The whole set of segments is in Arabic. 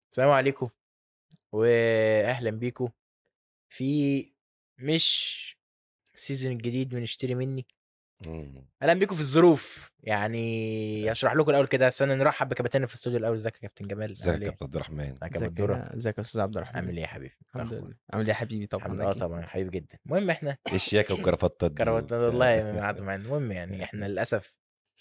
السلام عليكم واهلا بيكم في مش سيزون الجديد من اشتري مني. مم. اهلا بيكم في الظروف، يعني اشرح لكم الاول كده. استنى نرحب بكابتن في الاستوديو الاول. ازيك يا كابتن جمال؟ ازيك عامل يا ايه؟ كابتن عبد الرحمن؟ ازيك يا ازيك بدوره؟ ازيك يا استاذ عبد الرحمن. عامل ايه يا حبيبي؟ الحمد الاخبار؟ لله. عامل ايه يا حبيبي؟ طبعا الحمد اكيد. طبعا حبيبي جدا. المهم احنا ايه الشياكه والجرافطه دي كروتنا والله ما قعدوا معانا. المهم يعني احنا للاسف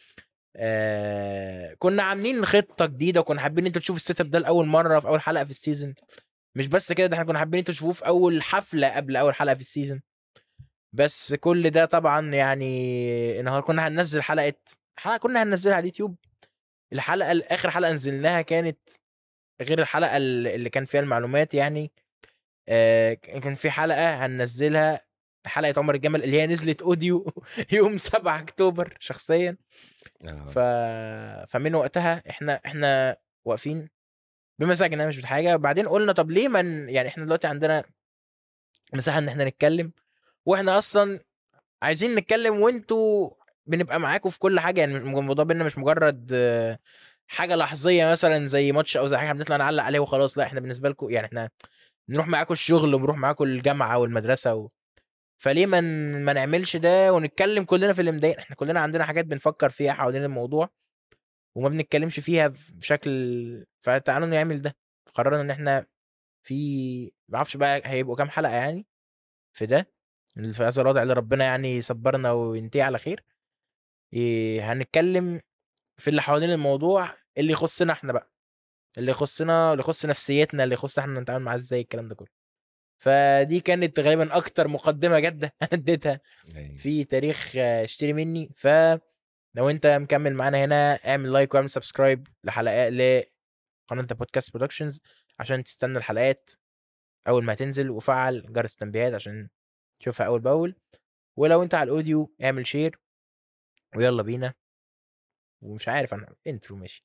كنا عاملين خطه جديده، وكنا حابين انتوا تشوفوا السيت اب ده لاول مره في اول حلقه في السيزون. مش بس كده، ده احنا كنا حابين انتوا تشوفوه في اول حفله قبل اول حلقه في السيزون. بس كل ده طبعا يعني النهار كنا هننزل حلقه كنا هننزلها على اليوتيوب. الحلقه اخر حلقه نزلناها كانت غير الحلقه اللي كان فيها المعلومات يعني. كان في حلقه هننزلها، حلقه عمر الجمل اللي هي نزلت اوديو يوم 7 اكتوبر شخصيا. ف... آه. فمن وقتها احنا واقفين بمزاجنا مش بحاجه. بعدين قلنا طب ليه من يعني احنا دلوقتي عندنا مساحه ان احنا نتكلم، واحنا اصلا عايزين نتكلم وانتوا بنبقى معاكم في كل حاجه. يعني الموضوع بينا مش مجرد حاجه لحظيه مثلا زي ماتش او زي حاجه بنطلع نعلق عليه وخلاص. لا احنا بالنسبه لكم يعني احنا بنروح معاكم الشغل وبنروح معاكم الجامعه والمدرسه فليه ما نعملش ده ونتكلم كلنا في اللي مضايقنا. احنا كلنا عندنا حاجات بنفكر فيها حوالين الموضوع وما بنتكلمش فيها بشكل. فتعالوا نعمل ده. قررنا ان احنا في معرفش بقى هيبقوا كام حلقه يعني في ده، في هذا الوضع اللي ربنا يعني يصبرنا وينتهي على خير. هنتكلم في اللي حوالين الموضوع اللي يخصنا احنا بقى، اللي يخصنا، اللي يخص نفسيتنا، اللي يخص احنا نتعامل معاه ازاي، الكلام ده كله. فدي كانت غالبا اكتر مقدمه جاده انا اديتها أيوة. في تاريخ اشتري مني. لو انت مكمل معانا هنا اعمل لايك واعمل سبسكرايب لحلقات لقناه ذا بودكاست برودكشنز عشان تستنى الحلقات اول ما تنزل، وفعل جرس التنبيهات عشان تشوفها اول باول. ولو انت على الاوديو اعمل شير. ويلا بينا. ومش عارف انا انترو ماشي.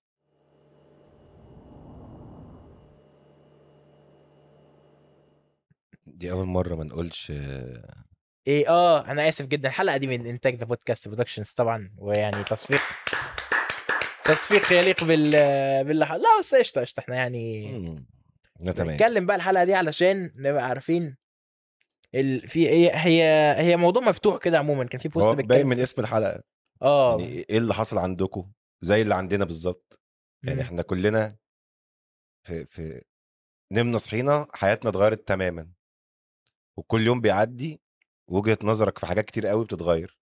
دي اول مره ما نقولش ايه انا اسف جدا. الحلقه دي من انتاج ذا بودكاست برودكشنز طبعا، ويعني تصفيق يليق لا بس قشطه احنا يعني لا تمام. بنتكلم بقى الحلقه دي علشان نبقى عارفين في هي موضوع مفتوح كده. عموما كان في بوست هو باين بيتكلم من اسم الحلقه، يعني اه ايه اللي حصل عندكم زي اللي عندنا بالظبط. يعني مم. احنا كلنا في نمنا صحينا حياتنا اتغيرت تماما، وكل يوم بيعدي وجهة نظرك في حاجات كتير قوي بتتغير.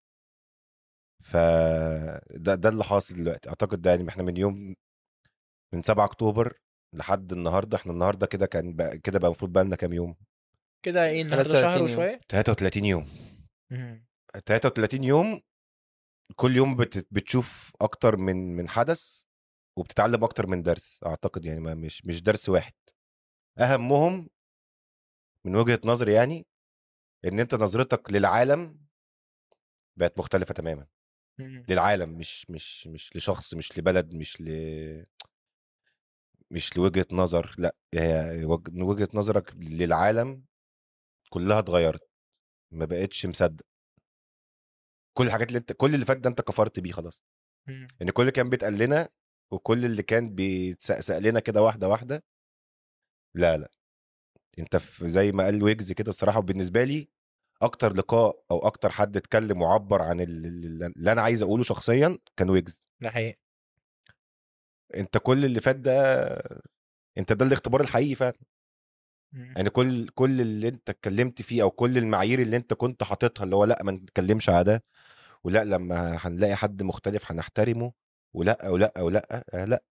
ده اللي حاصل دلوقتي اعتقد. ده يعني احنا من 7 اكتوبر لحد النهارده. احنا النهارده كده كان بقى كده بقى المفروض بقى لنا كام يوم؟ كده ايه النهارده؟ شهر 33 يوم. وشويه. 33 يوم. مم. 33 يوم. كل يوم بتشوف اكتر من حدث، وبتتعلم اكتر من درس اعتقد. يعني ما مش درس واحد. اهمهم من وجهة نظري يعني ان انت نظرتك للعالم بقت مختلفة تماما. مم. للعالم، مش لشخص، مش لبلد، مش لوجهة نظر. لا، هي وجهة نظرك للعالم كلها اتغيرت. ما بقتش مصدق كل الحاجات كل اللي فات ده انت كفرت بيه خلاص. مم. يعني كل اللي كان بيتقال لنا وكل اللي كان بيتسأل لنا كده واحده واحده، لا لا. انت في زي ما قال ويجز كده الصراحه. وبالنسبه لي اكتر لقاء او اكتر حد اتكلم وعبر عن اللي انا عايز اقوله شخصيا كان ويجز. ده حقيقي. انت كل اللي فات ده، انت ده الاختبار الحقيقي فعلا. مم. يعني كل اللي انت اتكلمت فيه او كل المعايير اللي انت كنت حاططها، اللي هو لا ما نتكلمش على ده، ولا لما هنلاقي حد مختلف هنحترمه، ولا ولا ولا لا.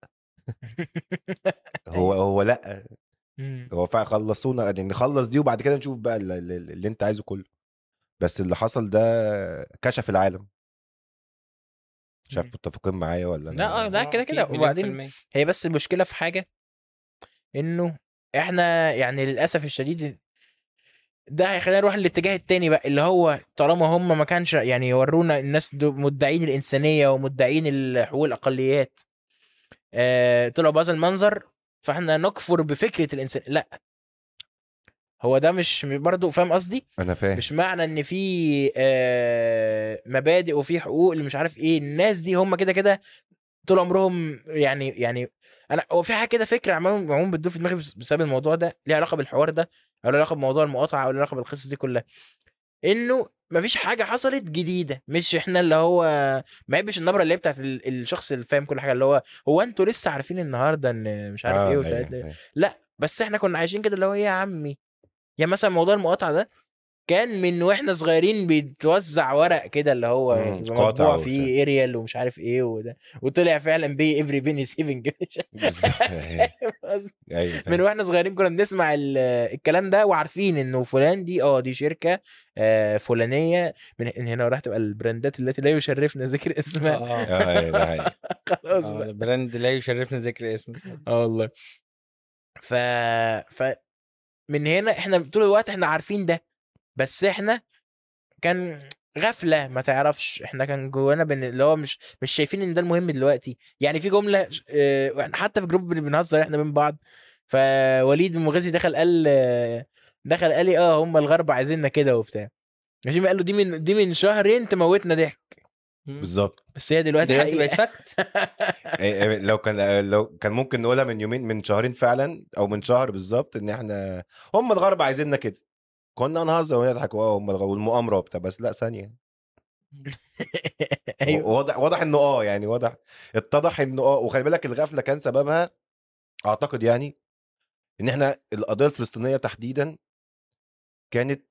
هو ايوه. هو لا. مم. هو فعلا خلصونا، يعني نخلص دي وبعد كده نشوف بقى اللي انت عايزه كله. بس اللي حصل ده كشف العالم. مش عارف مم. متفقين معايا ولا لا انا؟ ده كده كده. اكيد مليون في وبعدين المية. هي بس المشكله في حاجه، انه احنا يعني للاسف الشديد ده هيخلينا نروح الاتجاه التاني بقى، اللي هو طالما هم ما كانش يعني يورونا الناس مدعين الانسانيه ومدعين حقوق الاقليات طلعوا بهذا المنظر، فاحنا نكفر بفكره الانسان. لا، هو ده مش برضه فاهم قصدي. انا فاهم. مش معنى ان في مبادئ وفي حقوق اللي مش عارف ايه، الناس دي هم كده كده طول عمرهم يعني انا هو في حاجه كده فكره عموما بتدور في دماغي بسبب الموضوع ده، ليها علاقه بالحوار ده او ليها علاقه بموضوع المقاطعه او ليها علاقه بالقصص دي كلها، انه مفيش حاجه حصلت جديده. مش احنا اللي هو ما يبقاش النبره اللي هي بتاعت الشخص اللي فاهم كل حاجه، اللي هو انتوا لسه عارفين النهارده ان مش عارف ايه ايوه وتلاتة. أيوة. لا بس احنا كنا عايشين كده اللي هو ايه يا عمي. يعني مثلا موضوع المقاطعه ده كان من واحنا صغيرين بيتوزع ورق كده اللي هو بيبقى قاطع مطبوع وبتاع. فيه اريال ومش عارف ايه وده، وطلع فعلا بي افري بيني سيفنج. بالظبط. ايوه من فاهم. واحنا صغيرين كنا بنسمع الكلام ده وعارفين انه فلان دي شركه فلانيه من هنا وراح تبقى البراندات التي لا يشرفنا ذكر اسمها. ايوه ده حقيقي. خلاص بقى. البراند لا يشرفنا ذكر اسمه. والله. ف ف من هنا احنا طول الوقت احنا عارفين ده، بس احنا كان غفله ما تعرفش، احنا كان جوانا اللي هو مش شايفين ان ده المهم دلوقتي. يعني في جمله حتى في جروب بنهزر احنا بين بعض، فوليد المغازي دخل قال لي هم الغرب عايزيننا كده وبتاع. ماشي، قال له دي من شهرين تموتنا ضحك، بالظبط. بس هي دلوقتي دلوقتي حقيقة. بقت فاكت. لو كان ممكن نقولها من يومين، من شهرين فعلا، او من شهر بالظبط، ان احنا هم الغرب عايزيننا كده، كنا نهزر ونضحك هم الغرب والمؤامره وبتاع. بس لا، ثانيه. ايوه. واضح انه يعني واضح، اتضح انه وخلي بالك الغفله كان سببها اعتقد يعني ان احنا القضيه الفلسطينيه تحديدا كانت،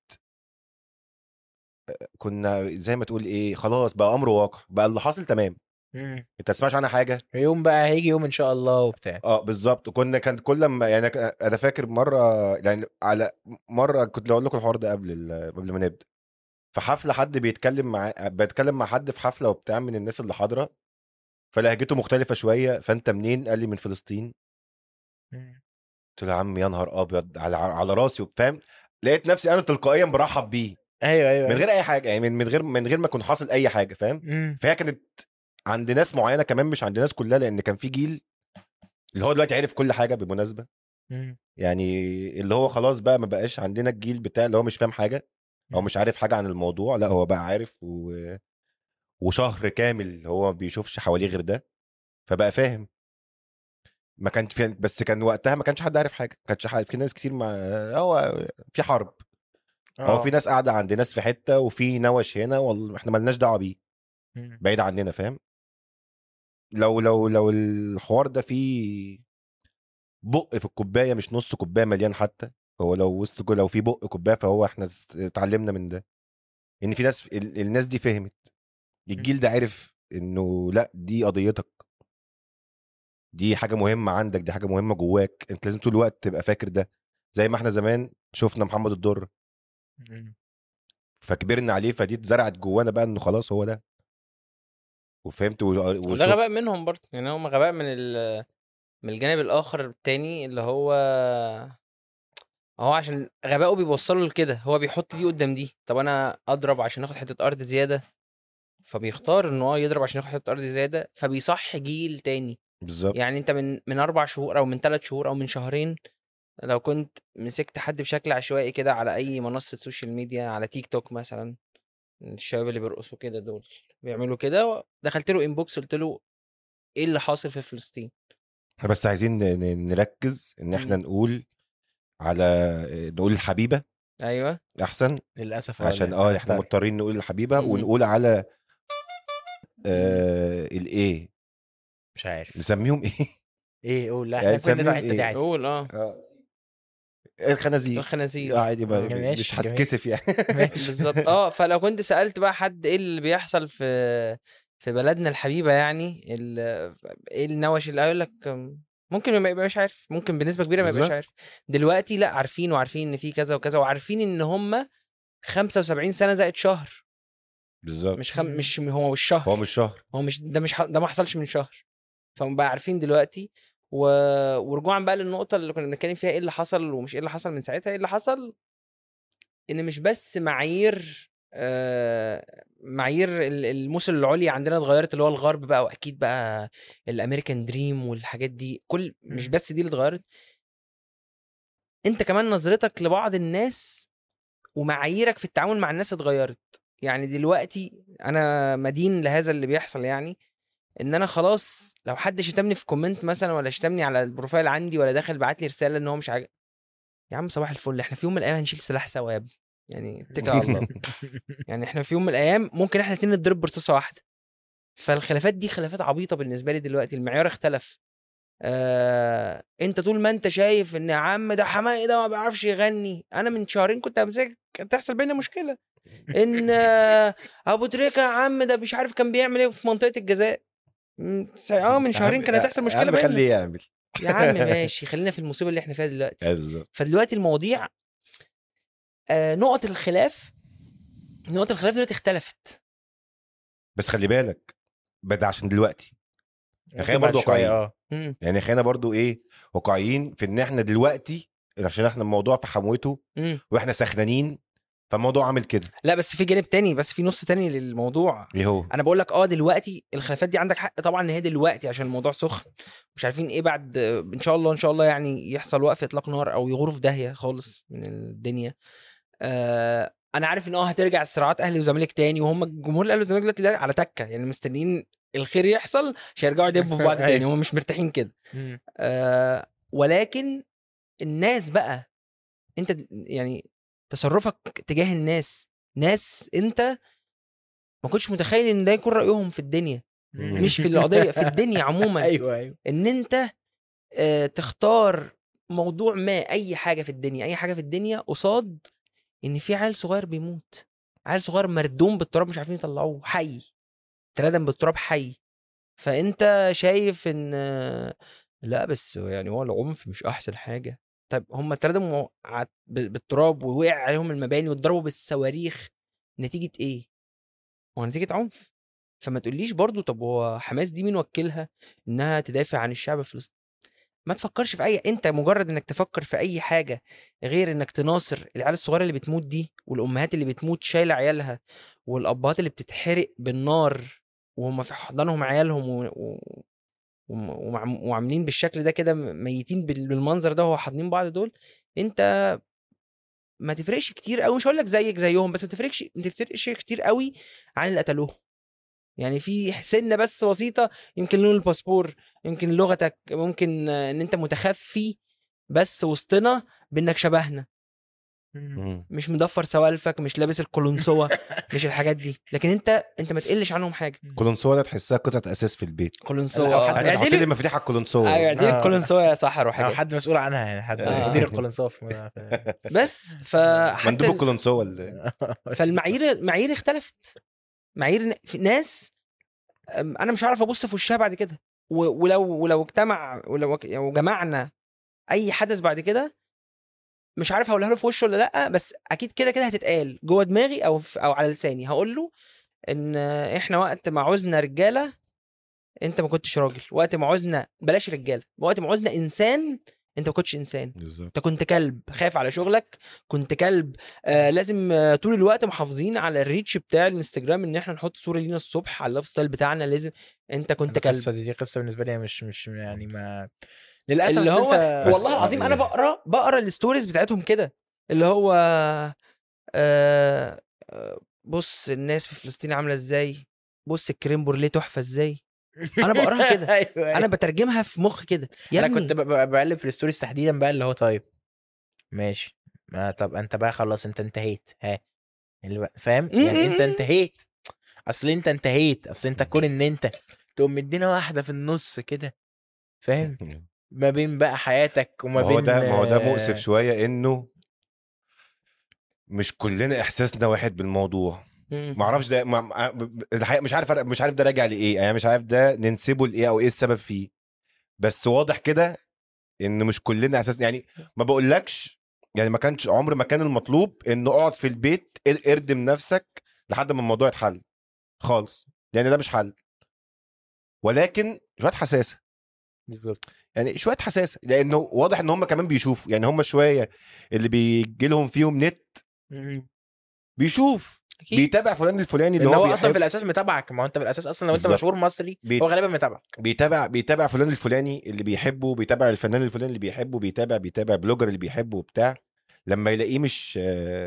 كنا زي ما تقول ايه، خلاص بقى امر واقع، بقى اللي حاصل تمام، مم. انت تسمعش عنها حاجه. يوم بقى هيجي يوم ان شاء الله وبتاع. بالظبط. كان كل ما يعني انا فاكر مره، يعني على مره كنت اقول لكم الحوار ده قبل ما نبدا، في حفله حد بيتكلم مع حد في حفله وبتاع من الناس اللي حاضره، فلهجته مختلفه شويه، فانت منين؟ قال لي من فلسطين. مم. قلت له يا عم يا نهار ابيض، على راسي وفاهم. لقيت نفسي انا تلقائيا برحب بيه ايوه من غير اي حاجه، يعني من غير ما يكون حاصل اي حاجه، فاهم. مم. فهي كانت عند ناس معينه كمان، مش عند ناس كلها، لان كان في جيل اللي هو دلوقتي عرف كل حاجه بالمناسبه، مم. يعني اللي هو خلاص بقى ما بقاش عندنا الجيل بتاع اللي هو مش فاهم حاجه او مش عارف حاجه عن الموضوع، لا هو بقى عارف وشهر كامل هو ما بيشوفش حواليه غير ده، فبقى فاهم. ما كانش في، بس كان وقتها ما كانش حد عارف حاجه، ما كانش حد، في ناس كتير هو في حرب، هو في ناس قاعده عند ناس في حته، وفي نوش هنا، والله احنا ملناش دعوه بيه، مم. بعيد عننا، فاهم. لو الحوار ده فيه بق في الكوبايه، مش نص كوبايه مليان حتى، هو لو في بق كوبايه، فهو احنا اتعلمنا من ده، ان في ناس الناس دي فهمت، الجيل ده عرف انه لا، دي قضيتك، دي حاجه مهمه عندك، دي حاجه مهمه جواك، انت لازم طول الوقت تبقى فاكر ده، زي ما احنا زمان شفنا محمد الضر مم. فكبرنا عليه، فدي اتزرعت جوانا بقى انه خلاص هو ده، وفهمت وده وشفت. غباء منهم برضه، يعني هم غباء من الجانب الاخر التاني، اللي هو عشان غبائه بيوصله لكده، هو بيحط دي قدام دي. طب انا اضرب عشان اخد حته ارض زياده، فبيختار انه يضرب عشان ياخد حته ارض زياده، فبيصح جيل تاني. بالظبط. يعني انت من 4 شهور او من 3 شهور او من شهرين، لو كنت مسكت حد بشكل عشوائي كده على اي منصه سوشيال ميديا، على تيك توك مثلا، الشباب اللي بيرقصوا كده دول بيعملوا كده، دخلت له انبوكس قلت له ايه اللي حاصل في فلسطين. احنا بس عايزين نركز ان احنا نقول نقول الحبيبه ايوه احسن، للاسف عشان لأن احنا هنختار. مضطرين نقول الحبيبه، ونقول على الايه، مش عارف نسميهم ايه. ايه. قول. لا يعني احنا كل نطلع نسميهم حته دي ايه؟ عادي. قول الخنازير. الخنازير. عادي، ماشي، مش جميل. هتكسف يعني. ماشي. بالظبط. فلو كنت سألت بقى حد ايه اللي بيحصل في بلدنا الحبيبة، يعني ايه النوش اللي هيقول لك ممكن ما يبقاش عارف، ممكن بنسبة كبيرة ما يبقاش بالظبط. عارف. دلوقتي لا، عارفين ان في كذا وكذا، وعارفين ان هم 75 سنة زائد شهر. بالظبط. مش هو مش شهر، هو مش شهر، هو مش ده ما حصلش من شهر. فهم بقى عارفين دلوقتي. ورجوعا بقى للنقطة اللي كنا بنتكلم فيها، ايه اللي حصل ومش ايه اللي حصل من ساعتها. ايه اللي حصل ان مش بس معايير المثل العليا عندنا اتغيرت، اللي هو الغرب بقى، واكيد بقى الامريكان دريم والحاجات دي، مش بس دي اللي اتغيرت، انت كمان نظرتك لبعض الناس ومعاييرك في التعامل مع الناس اتغيرت. يعني دلوقتي انا مدين لهذا اللي بيحصل، يعني ان انا خلاص لو حد شتمني في كومنت مثلا ولا شتمني على البروفايل عندي ولا داخل بعت لي رساله ان هو مش عاجب، يا عم صباح الفل، احنا في يوم من الايام هنشيل سلاح سوا يا ابني، يعني اتكل على الله. يعني احنا في يوم من الايام ممكن احنا الاتنين نضرب برصاصه واحده. فالخلافات دي خلافات عبيطه بالنسبه لي دلوقتي، المعيار اختلف. انت طول ما انت شايف ان يا عم ده حماقي ده ما بيعرفش يغني، انا من شهرين كنت امسك تحصل بينا مشكله ان ابو تريكه يا عم ده مش عارف كان بيعمل ايه في منطقه الجزاء. من شهرين كانت هتحصل مشكله بينا. خليه يعمل يا عم ماشي، خلينا في المصيبه اللي احنا فيها دلوقتي. بالظبط. فدلوقتي المواضيع نقط الخلاف دلوقتي اختلفت. بس خلي بالك بدا عشان دلوقتي خلينا بعد برضو شوية، واقعيين. يعني خلينا برضو ايه واقعيين في ان احنا دلوقتي عشان احنا الموضوع في حموته واحنا سخنانين فالموضوع عامل كده. لا بس في جانب تاني، بس في نص تاني للموضوع. ايه هو؟ انا بقول لك دلوقتي الخلافات دي عندك حق طبعا ان هي دلوقتي عشان الموضوع سخن، مش عارفين ايه بعد ان شاء الله يعني يحصل وقف اطلاق نار او يغوروا في داهيه خالص من الدنيا. انا عارف ان هترجع الصراعات اهلي وزمالك تاني، وهم الجمهور الاهلي والزمالك دلوقتي على تكه، يعني مستنيين الخير يحصل عشان يرجعوا يدبوا في بعض تاني. هم مش مرتاحين كده. ولكن الناس بقى، انت يعني تصرفك تجاه ناس انت ما كنتش متخيل ان ده يكون رايهم في الدنيا، مش في القضيه، في الدنيا عموما. ايوه ان انت تختار موضوع ما، اي حاجه في الدنيا قصاد ان في عيل صغير بيموت، عيل صغير مردوم بالتراب مش عارفين يطلعوه حي، اتردم بالتراب حي. فانت شايف ان لا بس يعني هو العنف مش احسن حاجه. طيب هم اتردموا بالتراب ووقع عليهم المباني واتضربوا بالصواريخ نتيجه ايه؟ ونتيجه عنف. فما تقوليش برضو طب هو حماس دي مين وكلها انها تدافع عن الشعب الفلسطيني؟ ما تفكرش في انت مجرد انك تفكر في اي حاجه غير انك تناصر العيال الصغيره اللي بتموت دي، والامهات اللي بتموت شايله عيالها، والابهات اللي بتتحرق بالنار وهم في حضانهم عيالهم وعاملين بالشكل ده كده ميتين بالمنظر ده وهو حاضنين بعض دول. انت ما تفرقش كتير قوي، مش هقول لك زيك زيهم، بس ما تفرقش كتير قوي عن اللي قتلوه. يعني في سنه بس بسيطه، يمكن لون الباسبور، يمكن لغتك، ممكن ان انت متخفي بس وسطنا بانك شبهنا، مش مضفر سوالفك، مش لابس القولونسوه مش الحاجات دي، لكن انت ما تقلش عنهم حاجه. القولونسوه ده تحسها قطعه اساس في البيت. قولونسوه حط لي مفاتيح على القولونسوه. ايوه دي القولونسوه يا صحر وحاجات، حد مسؤول عنها يعني، حد مدير القولونسوه بس مندوب القولونسوه فالمعايير اختلفت. معايير في ناس انا مش عارف ابص في وشها بعد كده، ولو اجتمع ولو جمعنا اي حدث بعد كده مش عارف هقولها له في وشه ولا لا، بس اكيد كده هتتقال جوه دماغي او على لساني. هقول له ان احنا وقت ما عوزنا رجاله انت ما كنتش راجل، وقت ما عوزنا بلاش رجاله، وقت ما عوزنا انسان انت ما كنتش انسان بالزبط. انت كنت كلب خايف على شغلك، كنت كلب لازم طول الوقت محافظين على الريتش بتاع الانستجرام ان احنا نحط صوره لينا الصبح على اللايف ستايل بتاعنا، لازم انت كنت كلب. دي قصه بالنسبه لي مش يعني ما للاسف اللي هو انت والله العظيم انا بقرا الستوريز بتاعتهم كده اللي هو بص الناس في فلسطين عامله ازاي، بص الكريم بورليه تحفه ازاي. انا بقراها كده أيوة. انا بترجمها في مخ كده. انا كنت بقلب في الستوريز تحديدا بقى اللي هو طيب ماشي، ما طب انت بقى خلاص انت انتهيت، اللي فاهم يعني انت انتهيت، اصل انت انتهيت، اصل انت كون ان انت تقوم مدينا واحده في النص كده، فاهم؟ ما بين بقى حياتك وما بين ما هو ده مؤسف شويه انه مش كلنا احساسنا واحد بالموضوع. ما اعرفش ده الحقيقه مش عارف ده راجع لايه، يعني مش عارف ده ننسبه لايه او ايه السبب فيه، بس واضح كده ان مش كلنا احساسنا. يعني ما بقولكش يعني ما كانش عمر ما كان المطلوب انه اقعد في البيت اردم نفسك لحد ما الموضوع يتحل خالص، يعني ده مش حل، ولكن شويه حساسه بالظبط، يعني شويه حساسه، لانه واضح ان هم كمان بيشوفوا، يعني هم شويه اللي بيجي لهم فيهم نت بيشوف أكيد. بيتابع فلان الفلاني اللي هو اصلا في الاساس متابعك، ما هو انت في الاساس اصلا لو انت مشهور مصري هو غالبا متابعك، بيتابع فلان الفلاني اللي بيحبه، بيتابع الفنان الفلاني اللي بيحبه، بيتابع بلوجر اللي بيحبه وبتاع. لما يلاقيه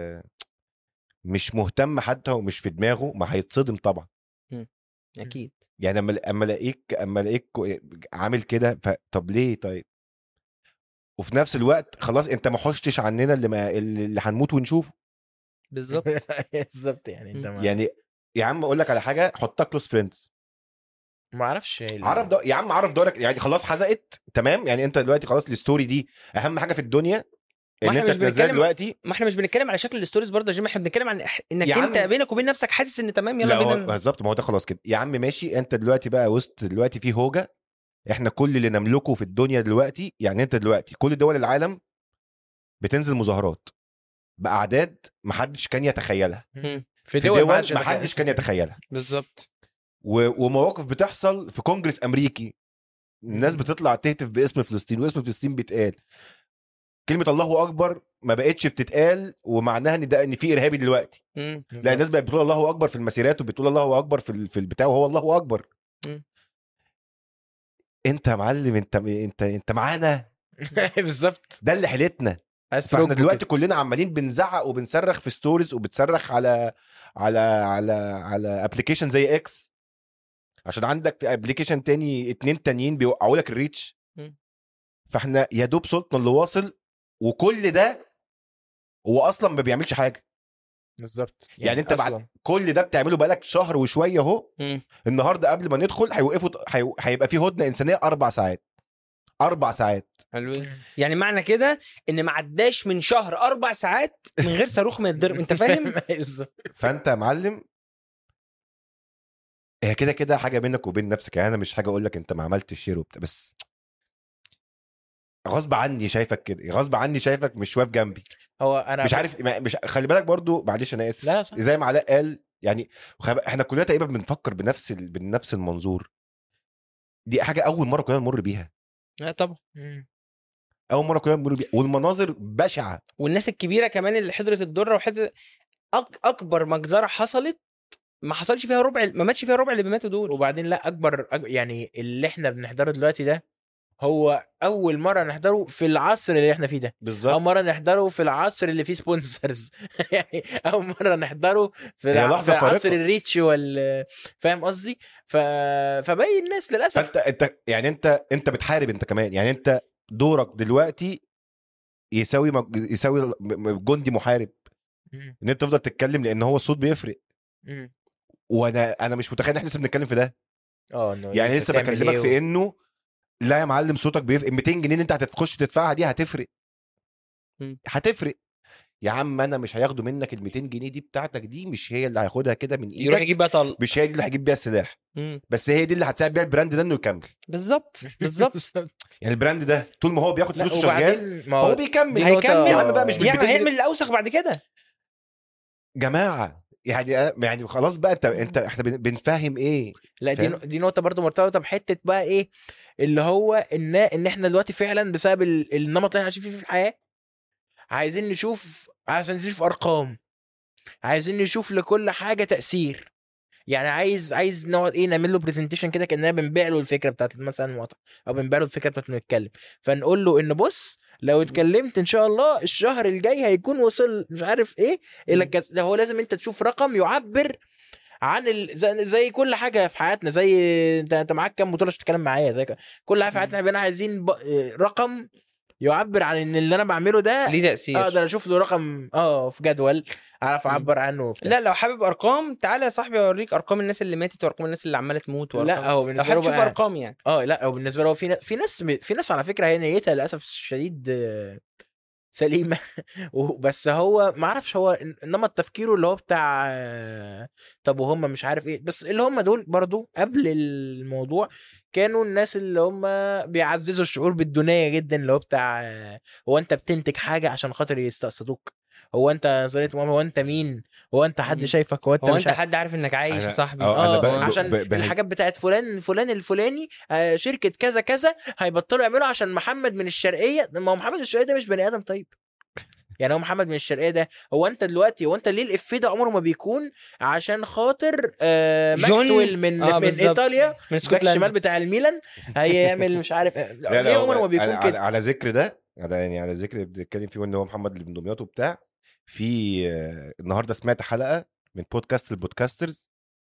مش مهتم حتى ومش في دماغه ما هيتصدم طبعا. اكيد. يعني اما الاقيك عامل كده، طب ليه طيب؟ وفي نفس الوقت خلاص انت ما حشتش عننا اللي هنموت ونشوفه. بالظبط. بالظبط. يعني انت ما يعني يا عم اقول لك على حاجه، حطها كلوز فريندز، اعرفش يا عم عرف دورك، يعني خلاص حزقت تمام. يعني انت دلوقتي خلاص الستوري دي اهم حاجه في الدنيا ما ان احنا انت مش تنزلها بنتكلم دلوقتي. ما احنا مش بنتكلم على شكل الستوريز برضه يا جيم، احنا بنتكلم عن انك يا عم انت بينك وبين نفسك حاسس ان تمام يلا لا هو بينا. بالظبط، ما هو ده خلاص كده يا عم ماشي. انت دلوقتي بقى وسط دلوقتي في هوجه، احنا كل اللي نملكه في الدنيا دلوقتي، يعني انت دلوقتي كل دول العالم بتنزل مظاهرات باعداد محدش كان يتخيلها، مم. في في دول ما دول حدش محدش كان يتخيلها، بالظبط. ومواقف بتحصل في كونجرس امريكي، الناس بتطلع تهتف باسم فلسطين واسم فلسطين بيتقال. كلمه الله اكبر ما بقتش بتتقال ومعناها ان في ارهابي دلوقتي. مم. لا الناس بقت بتقول الله اكبر في المسيرات، وبتقول الله اكبر في البتاع، وهو الله اكبر. مم. انت يا معلم، انت معانا، بالظبط. ده اللي حيلتنا. عايز فاحنا ترج دلوقتي كده. كلنا عمالين بنزعق وبنصرخ في ستوريز، وبتصرخ على ابلكيشن زي اكس، عشان عندك ابلكيشن تاني 2 تانيين بيوقعوا لك الريتش. مم. فاحنا يا دوب صوتنا اللي واصل، وكل ده هو اصلا ما بيعملش حاجه. بالظبط. يعني انت بعد أصلاً. كل ده بتعمله بقالك شهر وشويه اهو. مم. النهارده قبل ما ندخل هيوقفوا، هيبقى في هدنه انسانيه 4 ساعات. 4 ساعات. حلوين. يعني معنى كده ان ما عداش من شهر 4 ساعات من غير صاروخ ما يتضرب، انت فاهم؟ بالظبط. فانت يا معلم هي كده كده حاجه بينك وبين نفسك. يعني انا مش حاجه اقول لك انت ما عملتش شير وبتاع، بس غصب عني شايفك كده، غصب عني شايفك مش واقف جنبي. هو انا مش عارف مش خلي بالك برضو، معلش انا اسف، لا صح. زي ما علاء قال يعني احنا كلنا تقريبا بنفكر بنفس المنظور. دي حاجه اول مره كلنا نمر بيها، لا طبعا. اول مره كلنا نمر بيها، والمناظر بشعه. والناس الكبيره كمان اللي حضرت الدره وحضرت اكبر مجزره حصلت ما حصلش فيها ربع، ما ماتش فيها ربع اللي بيماتوا دول. وبعدين لا يعني اللي احنا بنحضره دلوقتي ده هو اول مره نحضره في العصر اللي احنا فيه ده. بالظبط. اول مره نحضره في العصر اللي فيه سبونسرز. يعني اول مره نحضره في هي لحظة في عصر فارقة. الريتش فاهم قصدي. فباقي الناس للاسف. فانت يعني انت بتحارب انت كمان، يعني انت دورك دلوقتي يساوي جندي محارب، مم. ان انت تفضل تتكلم لان هو الصوت بيفرق. مم. وانا مش متخيل ان احنا لسه بنتكلم في ده. انه يعني انت لسه تعمل بكلمك إيه في انه لا يا معلم صوتك بيفرق. 200 جنيه اللي انت هتخش تدفعها دي هتفرق. مم. هتفرق يا عم. انا مش هياخدوا منك ال 200 جنيه دي بتاعتك، دي مش هي اللي هياخدها كده من يروح ايدك، يجيب بقى طلق. مش هي دي اللي هيجيب بيها السلاح، مم. بس هي دي اللي هتساعد بيها البراند ده انه يكمل. بالظبط بالظبط. يعني البراند ده طول ما هو بياخد لا فلوسه شغال وبعدين ما هو بيكمل. دي هيكمل. يا عم بقى مش يعني بتنزل- هيعمل الاوسخ بعد كده. جماعه يعني خلاص بقى انت احنا بنفهم ايه. لا فاهم؟ دي نقطة برضو مرتبطة بحتة بقى ايه اللي هو ان احنا دلوقتي فعلا بسبب النمط اللي احنا عايشين فيه في الحياة عايزين نشوف ارقام، عايزين نشوف لكل حاجة تأثير. يعني عايز نقعد ايه نعمل له برزنتيشن كده كأننا بنبيع له الفكرة بتاعت مثلا المقطع او بنبيع له الفكرة بتاعت انه يتكلم. فنقول له ان بص لو اتكلمت ان شاء الله الشهر الجاي هيكون وصل مش عارف ايه الى كذا. ده هو لازم انت تشوف رقم يعبر عن زي كل حاجه في حياتنا. زي انت معاك كام بطوله عشان تتكلم معايا زي كل حاجه في حياتنا بقينا عايزين رقم يعبر عن ان اللي انا بعمله ده ليه تاثير. اقدر اشوف له رقم في جدول اعرف اعبر عنه وبتاع. لا لو حابب ارقام تعالى يا صاحبي اوريك ارقام الناس اللي ماتت وارقام الناس اللي عماله تموت لا هو لو بالنسبه له حابب تشوف بقى ارقام يعني. لا هو بالنسبه له في ناس على فكره هي نيتها للاسف الشديد سليمه. بس هو ما اعرفش هو انما تفكيره اللي هو بتاع طب وهم مش عارف ايه. بس اللي هم دول برضو قبل الموضوع كانوا الناس اللي هم بيعززوا الشعور بالدونيه جدا اللي هو بتاع هو انت بتنتج حاجه عشان خاطر يستقصدوك. هو انت نظريه ماما هو انت مين هو انت حد شايفك هو انت هو مش انت حد عارف انك عايش يا صاحبي. عشان الحاجات بتاعت فلان الفلاني شركه كذا كذا هيبطلوا يعملوا عشان محمد من الشرقيه. ما هو محمد من الشرقيه ده مش بني ادم طيب. يعني هو محمد من الشرقيه ده هو انت دلوقتي هو انت ليه الافيه ده عمره ما بيكون عشان خاطر ماكسويل من ايطاليا من باك الشمال بتاع الميلان هيعمل مش عارف ليه عمره ما بيكون كده. على ذكر ده على ذكر اللي بنتكلم فيه ان هو محمد اللي من دمياط وبتاع. في النهارده سمعت حلقه من بودكاست البودكاسترز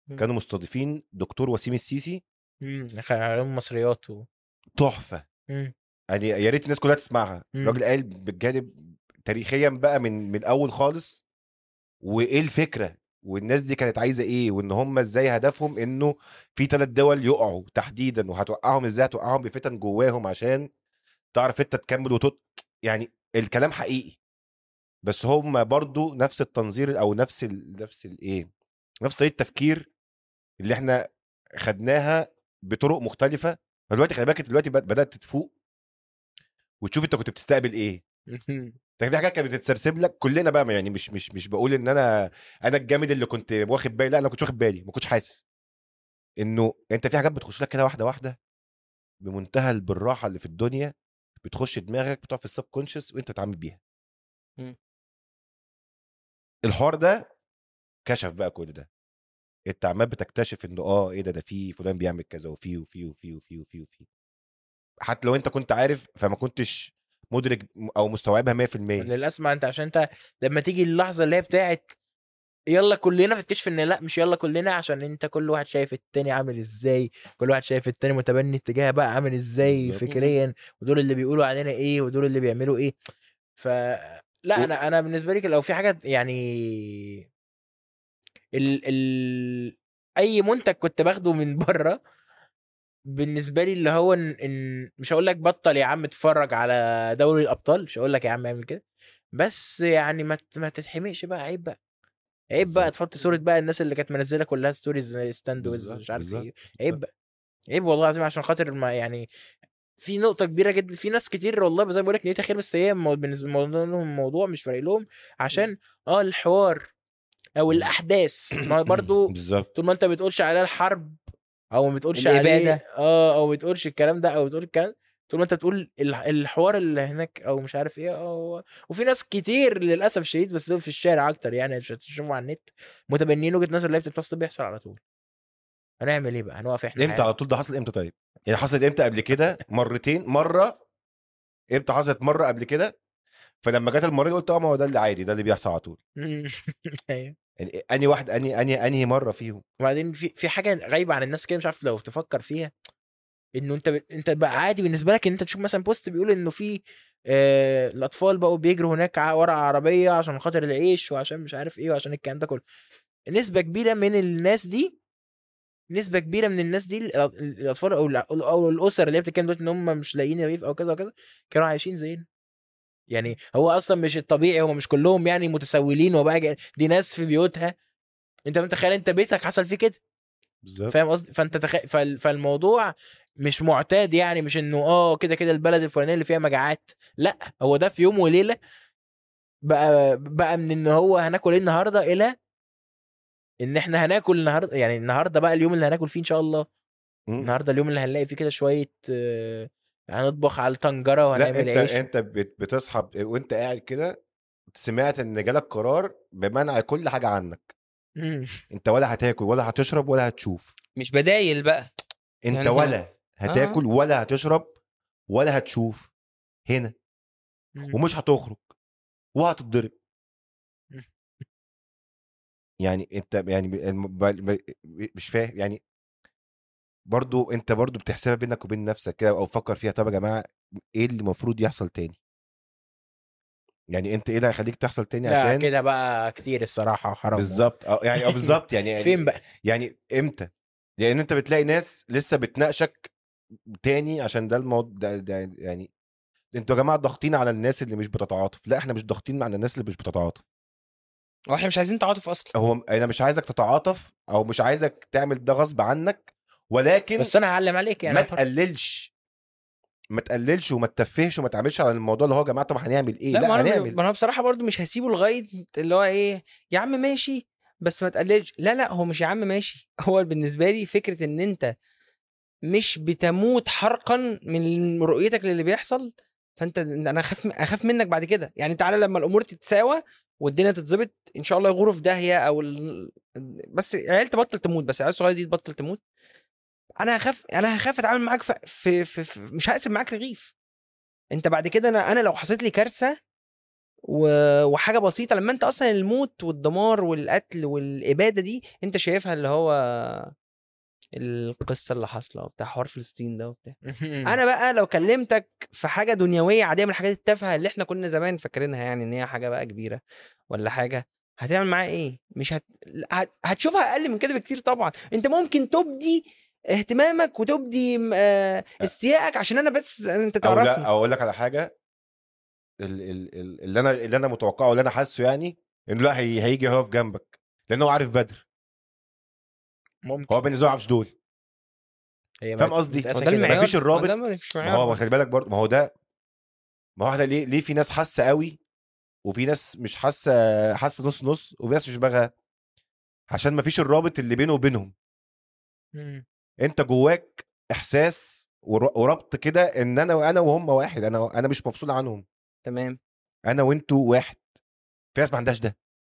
كانوا مستضيفين دكتور وسيم السيسي، علوم مصريات تحفه مم. يعني، يا ريت الناس كلها تسمعها. مم. الراجل قال بالجانب تاريخيا بقى من الاول خالص، وايه الفكره، والناس دي كانت عايزه ايه، وان هم ازاي هدفهم انه في 3 دول يقعوا تحديدا، وهتوقعهم ازاي، هتوقعهم بفتن جواهم عشان تعرف انت تكمل يعني الكلام حقيقي. بس هم برضو نفس التنظير او نفس الايه، نفس طريقه التفكير اللي احنا خدناها بطرق مختلفه. فدلوقتي خلي بالك دلوقتي بدات تفوق وتشوف انت كنت بتستقبل ايه. طيب في حاجات كانت بتتسرسب لك كلنا بقى، يعني مش بقول ان انا الجامد اللي كنت واخد بالي، لا انا كنتش واخد بالي، ما كنتش حاسس انه انت في حاجات بتخش لك كده واحده واحده بمنتهى بالراحه اللي في الدنيا، بتخش دماغك، بتقع في السب كونشس وانت بتتعامل بيها. مم. الحوار ده كشف بقى كل ده، انت عمال بتكتشف انه ايه ده في فلان بيعمل كذا، وفي وفي وفي وفي وفي وفي حتى لو انت كنت عارف فما كنتش مدرك او مستوعبها 100%. للاسف ما انت عشان انت لما تيجي اللحظه اللي هي بتاعت يلا كلنا، فتكتشف ان لا مش يلا كلنا، عشان انت كل واحد شايف التاني عامل ازاي، كل واحد شايف التاني متبني اتجاه بقى عامل ازاي بالظبط. فكريا، ودول اللي بيقولوا علينا ايه ودول اللي بيعملوا ايه. ف لا انا بالنسبه لي لو في حاجه يعني اي منتج كنت باخده من بره بالنسبه لي اللي هو إن مش هقول لك بطل يا عم اتفرج على دوري الابطال، مش هقول لك يا عم اعمل كده، بس يعني ما تتحمقش بقى، عيب بقى، عيب بقى بالظبط. تحط صورة بقى الناس اللي كانت منزلة كلها ستوريز زي ستاند ويز بالظبط. مش عارف بالظبط. ايه. عيب بقى، عيب والله العظيم، عشان خاطر ما يعني في نقطة كبيرة جدا، في ناس كتير والله زي ما بقول لك نيتها خير، بس هي بالنسبة لهم الموضوع مش فارق لهم، عشان الحوار او الاحداث، ما برضو بالظبط. طول ما انت بتقولش عليه الحرب او ما بتقولش عليه الإبادة. او ما بتقولش الكلام ده او بتقول الكلام، طول ما انت بتقول الحوار اللي هناك او مش عارف ايه وفي ناس كتير للاسف الشديد، بس دول في الشارع اكتر يعني، عشان تشوفوا على النت متبنيين وجهة نظر اللي هي بتتبسط بيحصل على طول. هنعمل ايه بقى، هنوقف احنا امتى حياتنا؟ على طول ده حصل امتى؟ طيب يعني حصلت امتى قبل كده؟ مرتين، مره امتى حصلت مره قبل كده، فلما جت المره دي قلت ما هو ده اللي عادي، ده اللي بيحصل على طول. ايوه. يعني انهي واحد، انهي مره فيهم؟ وبعدين في حاجه غايبه عن الناس كده، مش عارف لو تفكر فيها، انه انت بقى عادي بالنسبه لك ان انت تشوف مثلا بوست بيقول انه في الاطفال بقوا بيجروا هناك ورا عربيه عشان خاطر العيش وعشان مش عارف ايه وعشان الكلام ده كله. نسبه كبيره من الناس دي، نسبه كبيره من الناس دي الاطفال او الاسر اللي هي بتتكلم دلوقتي ان هم مش لاقيين رغيف او كذا وكذا، كانوا عايشين زينا. يعني هو اصلا مش الطبيعي، هم مش كلهم يعني متسولين وبقى دي ناس في بيوتها، انت متخيل انت بيتك حصل فيه كده؟ بالظبط. فاهم قصدي؟ فانت فالموضوع مش معتاد يعني، مش انه كده كده البلد الفلانيه اللي فيها مجاعات، لا هو ده في يوم وليله بقى من ان هو هناكل ايه النهارده الى ان احنا هناكل النهارده، يعني النهارده بقى اليوم اللي هناكل فيه ان شاء الله، مم. النهارده اليوم اللي هنلاقي فيه كده شويه هنطبخ على الطنجره لا وهنعمل عيش. انت بتصحى وانت قاعد كده سمعت ان جالك قرار بمنع كل حاجه عنك، مم. انت ولا هتاكل ولا هتشرب ولا هتشوف، مش بدايل بقى انت يعني. ولا اه هتاكل ولا هتشرب ولا هتشوف هنا، مم. ومش هتخرج وهتتضرب. مم. يعني انت يعني مش فاهم يعني، برضو انت برضو بتحسبها بينك وبين نفسك كده، او فكر فيها طب يا جماعه ايه اللي المفروض يحصل تاني؟ يعني انت ايه اللي هيخليك تحصل تاني لا عشان كده بقى كتير الصراحه حرام. بالظبط يعني بالظبط يعني فين بقى؟ يعني امتى؟ لان انت بتلاقي ناس لسه بتناقشك تاني عشان ده الموضوع ده يعني انتوا يا جماعه ضاغطين على الناس اللي مش بتتعاطف. لا احنا مش ضاغطين على الناس اللي مش بتتعاطف، واحنا مش عايزين تعاطف اصلا. هو انا مش عايزك تتعاطف او مش عايزك تعمل ده غصب عنك، ولكن بس انا هعلم عليك يعني ما أنا تقللش، ما تقللش وما تتفهش وما تعملش على الموضوع اللي هو يا جماعه طب هنعمل ايه، لا ما لا انا هنعمل. ما انا بصراحه برضو مش هسيبه لغايه اللي هو ايه يا عم ماشي بس ما تقللش. لا لا هو مش يا عم ماشي هو بالنسبه لي فكره ان انت مش بتموت حرقا من رؤيتك للي بيحصل، فانت انا اخاف منك بعد كده يعني. تعالى لما الامور تتساوى والدنيا تتظبط ان شاء الله يغوروا في داهيه بس عيال تبطل تموت، بس العيال الصغيره دي تبطل تموت. انا هخاف اتعامل معاك في مش هقسم معاك رغيف. انت بعد كده انا لو حصلت لي كارثه وحاجه بسيطه، لما انت اصلا الموت والدمار والقتل والاباده دي انت شايفها اللي هو القصه اللي حاصله بتاع حوار فلسطين ده وبتاع. انا بقى لو كلمتك في حاجه دنيويه عاديه من الحاجات التافهه اللي احنا كنا زمان فاكرينها يعني ان هي حاجه بقى كبيره ولا حاجه، هتعمل معايا ايه؟ مش هتشوفها اقل من كده بكتير. طبعا انت ممكن تبدي اهتمامك وتبدي استيائك عشان انا بس انت او تعرفني. لا، او اقول لك على حاجه، اللي انا متوقعه واللي انا حاسه يعني انه لا، هيجي هو في جنبك لانه هو عارف بدر. ممكن هو بالنسبه له عارفش دول. هي فاهم قصدي؟ هو متقاسه ده كده المعيار، مفيش الرابط. ده مش ما معيار هو برضه. خلي بالك برضه، ما هو ده، ما هو احنا ليه في ناس حاسه قوي وفي ناس مش حاسه نص نص، وفي ناس مش باغها عشان مفيش الرابط اللي بينه وبينهم. مم. انت جواك احساس وربط كده ان انا وهم واحد، انا مش مفصول عنهم، تمام. انا وانتوا واحد. في ناس ما عندهاش ده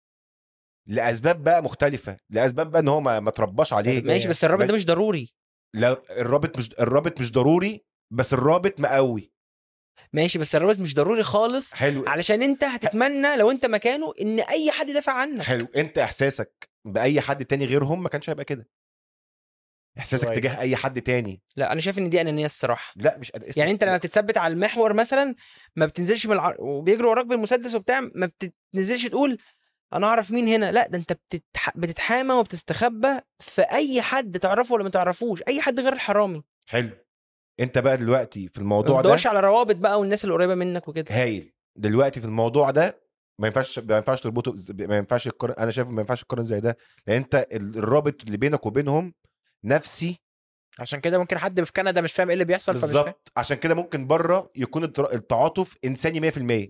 لاسباب بقى مختلفه، لاسباب بقى ان هو ما ترباش عليه. ماشي، بس الرابط ده مش ضروري. لا، الرابط مش ضروري، بس الرابط مقوي. ماشي، بس الرابط مش ضروري خالص، حلو. علشان انت هتتمنى لو انت مكانه ان اي حد يدافع عنك. حلو، انت احساسك باي حد تاني غيرهم ما كانش هيبقى كده. احساسك شوية. تجاه اي حد تاني، لا انا شايف ان دي انانيه الصراحه. لا مش يعني انت لما لا. بتتثبت على المحور مثلا ما بتنزلش من وبيجروا وراك بالمسدس وبتاع، ما بتنزلش تقول انا اعرف مين هنا. لا ده انت بتتحامى وبتستخبى في اي حد تعرفه ولا ما تعرفوش، اي حد غير الحرامي. حلو، انت بقى دلوقتي في ما الموضوع بتدورش ده على روابط بقى والناس اللي قريبه منك وكده. هايل. دلوقتي في الموضوع ده ما ينفعش تربطه، ما ينفعش انا شايف ما ينفعش القرن زي ده، لان انت الرابط اللي بينك وبينهم نفسي. عشان كده ممكن حد في كندا مش فاهم ايه اللي بيحصل فمش فاهم. بالظبط، عشان كده ممكن بره يكون التعاطف انساني 100%.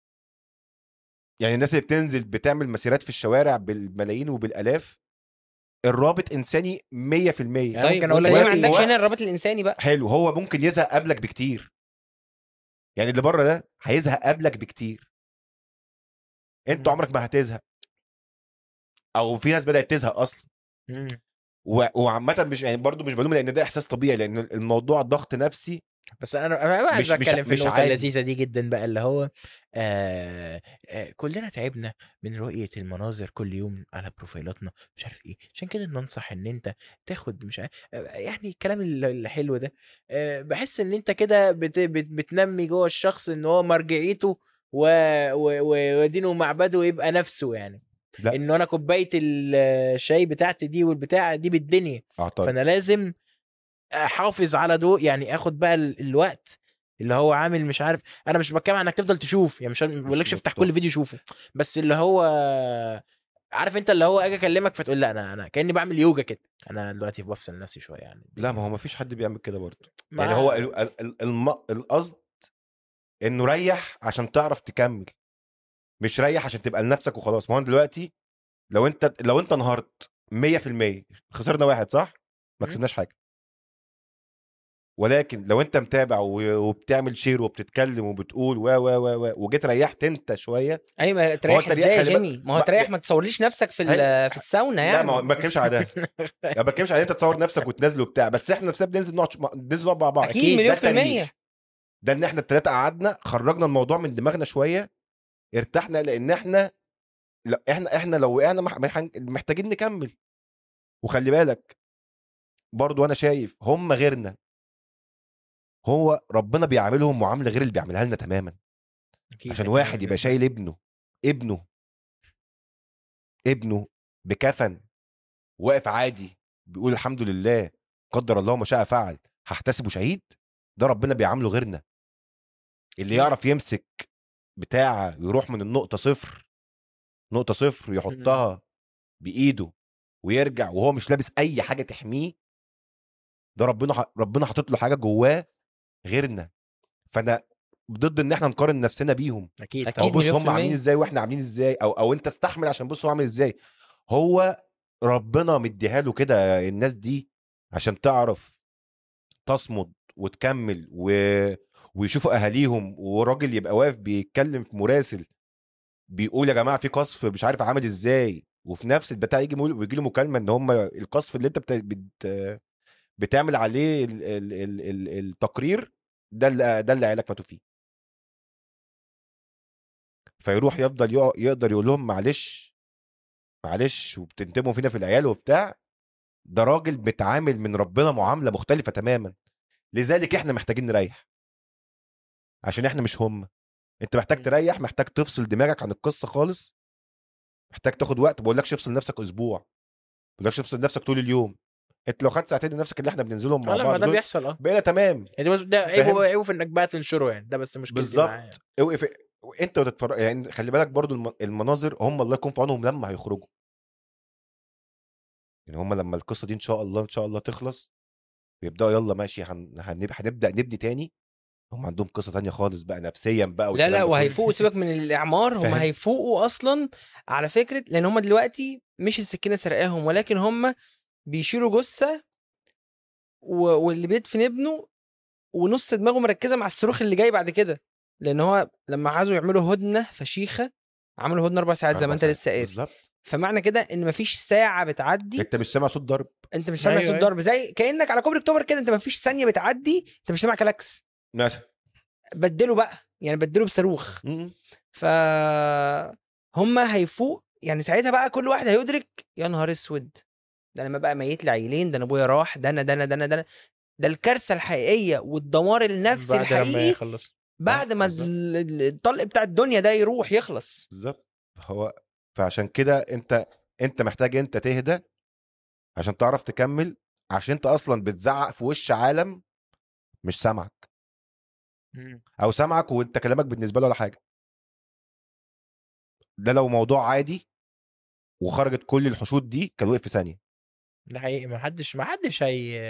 يعني الناس اللي بتنزل بتعمل مسيرات في الشوارع بالملايين وبالالاف، الرابط انساني 100%. يعني طيب ممكن اقول وانت لك ليه ما دلوقتي عندكش وقت- هنا الرابط الانساني بقى؟ حلو، هو ممكن يزهق قبلك بكتير. يعني اللي بره ده هيزهق قبلك بكتير، انت عمرك ما هتزهق، او في ناس بدات تزهق اصلا. مم. وعامه مش يعني برضو مش بلوم، لان ده احساس طبيعي، لان الموضوع ضغط نفسي. بس انا بقى عايز مش اتكلم في مش النقطه عادي. اللذيذه دي جدا بقى، اللي هو كلنا تعبنا من رؤيه المناظر كل يوم على بروفايلاتنا مش عارف ايه، عشان كده ننصح ان انت تاخد مش عارف يعني الكلام الحلو ده. بحس ان انت كده بتنمي جوه الشخص ان هو مرجعيته ودينه ومعبده يبقى نفسه يعني. لا انه انا كوبايه الشاي بتاعتي دي والبتاع دي بالدنيا، اعترض. فانا لازم احافظ على دو، يعني اخد بقى الوقت اللي هو عامل مش عارف. انا مش بتكلم انك تفضل تشوف، يعني مش بقولكش افتح كل متفق. فيديو شوفه، بس اللي هو عارف انت اللي هو اجي اكلمك فتقول لا انا كاني بعمل يوجا كده، انا دلوقتي بفصل نفسي شويه يعني لا، ما الدنيا. هو ما فيش حد بيعمل كده برضه. يعني هو ما القصد انه ريح عشان تعرف تكمل، مش ريح عشان تبقى لنفسك وخلاص. ما هو دلوقتي لو انت انهارت 100%، خسرنا واحد صح، ما م? كسبناش حاجه. ولكن لو انت متابع وبتعمل شير وبتتكلم وبتقول وجيت ريحت انت شويه. ايوه، ما ما هو تريح انت ازاي يا خلي بالك جيمي؟ ما هو تريح، ما تصورليش نفسك في في الساونا لا، ما يعني. بتكلمش على ده. ما بتكلمش على انت تصور نفسك وتنزل وبتاع، بس احنا نفسنا بننزل نقعد مع بعض. اكيد ده مليون في المية. التريح، ده ان احنا الثلاثه قعدنا خرجنا الموضوع من دماغنا شويه، ارتحنا، لان احنا لا احنا لو وقعنا محتاجين نكمل. وخلي بالك برضو، انا شايف هم غيرنا، هو ربنا بيعاملهم معامله غير اللي بيعملها لنا تماما. اكيد عشان اكيد واحد يبقى 100%. شايل ابنه بكفن، واقف عادي بيقول الحمد لله، قدر الله ما شاء فعل، هحتسبه شهيد. ده ربنا بيعامله غيرنا. اللي اكيد. يعرف يمسك بتاعه يروح من النقطه صفر، نقطه صفر، م. يحطها بايده ويرجع وهو مش لابس اي حاجه تحميه، ده ربنا حاطط له حاجه جواه غيرنا. فانا ضد ان احنا نقارن نفسنا بيهم، اكيد او اكيد طبعا. بص مليون في هم عاملين المية. ازاي واحنا عاملين ازاي، او انت استحمل عشان بص هو عامل ازاي. هو ربنا مديها له كده الناس دي عشان تعرف تصمد وتكمل ويشوفوا اهاليهم، وراجل يبقى واقف بيتكلم في مراسل بيقول يا جماعه في قصف مش عارف عامل ازاي، وفي نفس البتاع ويجي له مكالمه ان هم القصف اللي انت بتعمل عليه التقرير ده اللي عيالك ماتوا فيه. فيروح يفضل يقدر يقول لهم معلش وبتنتموا فينا في العيال وبتاع. ده راجل بيتعامل من ربنا معامله مختلفه تماما. لذلك احنا محتاجين نريح، عشان احنا مش هم. انت محتاج تريح، محتاج تفصل دماغك عن القصه خالص، محتاج تاخد وقت. بقولكش افصل نفسك اسبوع، بقولكش افصل نفسك طول اليوم. انت لو خدت ساعتين لنفسك اللي احنا بننزلهم مع لما بعض ده دول بيحصل بقينا تمام. يعني بس ده فاهم؟ عيبه في انك بقى تنشره يعني، ده بس مشكلتي معاه يعني. بالظبط. اوقف انت وتتفرج يعني. خلي بالك برضو المناظر هم الله يكون في عونهم لما هيخرجوا. يعني هم لما القصه دي ان شاء الله تخلص ويبداوا يلا ماشي هنبدا نبني تاني، هم عندهم قصه تانية خالص بقى نفسيا بقى لا والكلام لا ده كله. وهيفوقوا، سيبك من الاعمار، هم فاهم؟ هيفوقوا اصلا على فكره، لان هم دلوقتي مش السكينه سرقاهم، ولكن هم بيشيلوا جثه واللي بيدفن ابنه ونص دماغه مركزه مع الصاروخ اللي جاي بعد كده. لان هو لما عايزوا يعملوا هدنه فشيخه عملوا هدنه 4 ساعات زي ما انت 4 لسه قايل. بالظبط. فمعنى كده ان مفيش ساعه بتعدي انت مش سامع صوت ضرب. انت مش سامع أيوة صوت أيوة. ضرب، زي كانك على كوبري اكتوبر كده، انت مفيش ثانيه بتعدي انت مش سامع كلاكس. مثلا بدلوا بقى يعني، بدلوا بصاروخ. ف هم هيفوق يعني ساعتها بقى كل واحد هيدرك يا نهار اسود، ده لما بقى ميت لي عيلين، ده انا ابويا راح، ده ده الكارثه الحقيقيه والدمار النفسي بعد لما الحقيقي يخلص بعد ما بالظبط. الطلق بتاع الدنيا ده يروح يخلص. بالظبط. هو فعشان كده انت محتاج انت تهدى عشان تعرف تكمل، عشان انت اصلا بتزعق في وش عالم مش سامعك، او سامعك وانت كلامك بالنسبه له ولا حاجه. ده لو موضوع عادي وخرجت كل الحشود دي كان وقف في ثانيه. ده حقيقي. ما حدش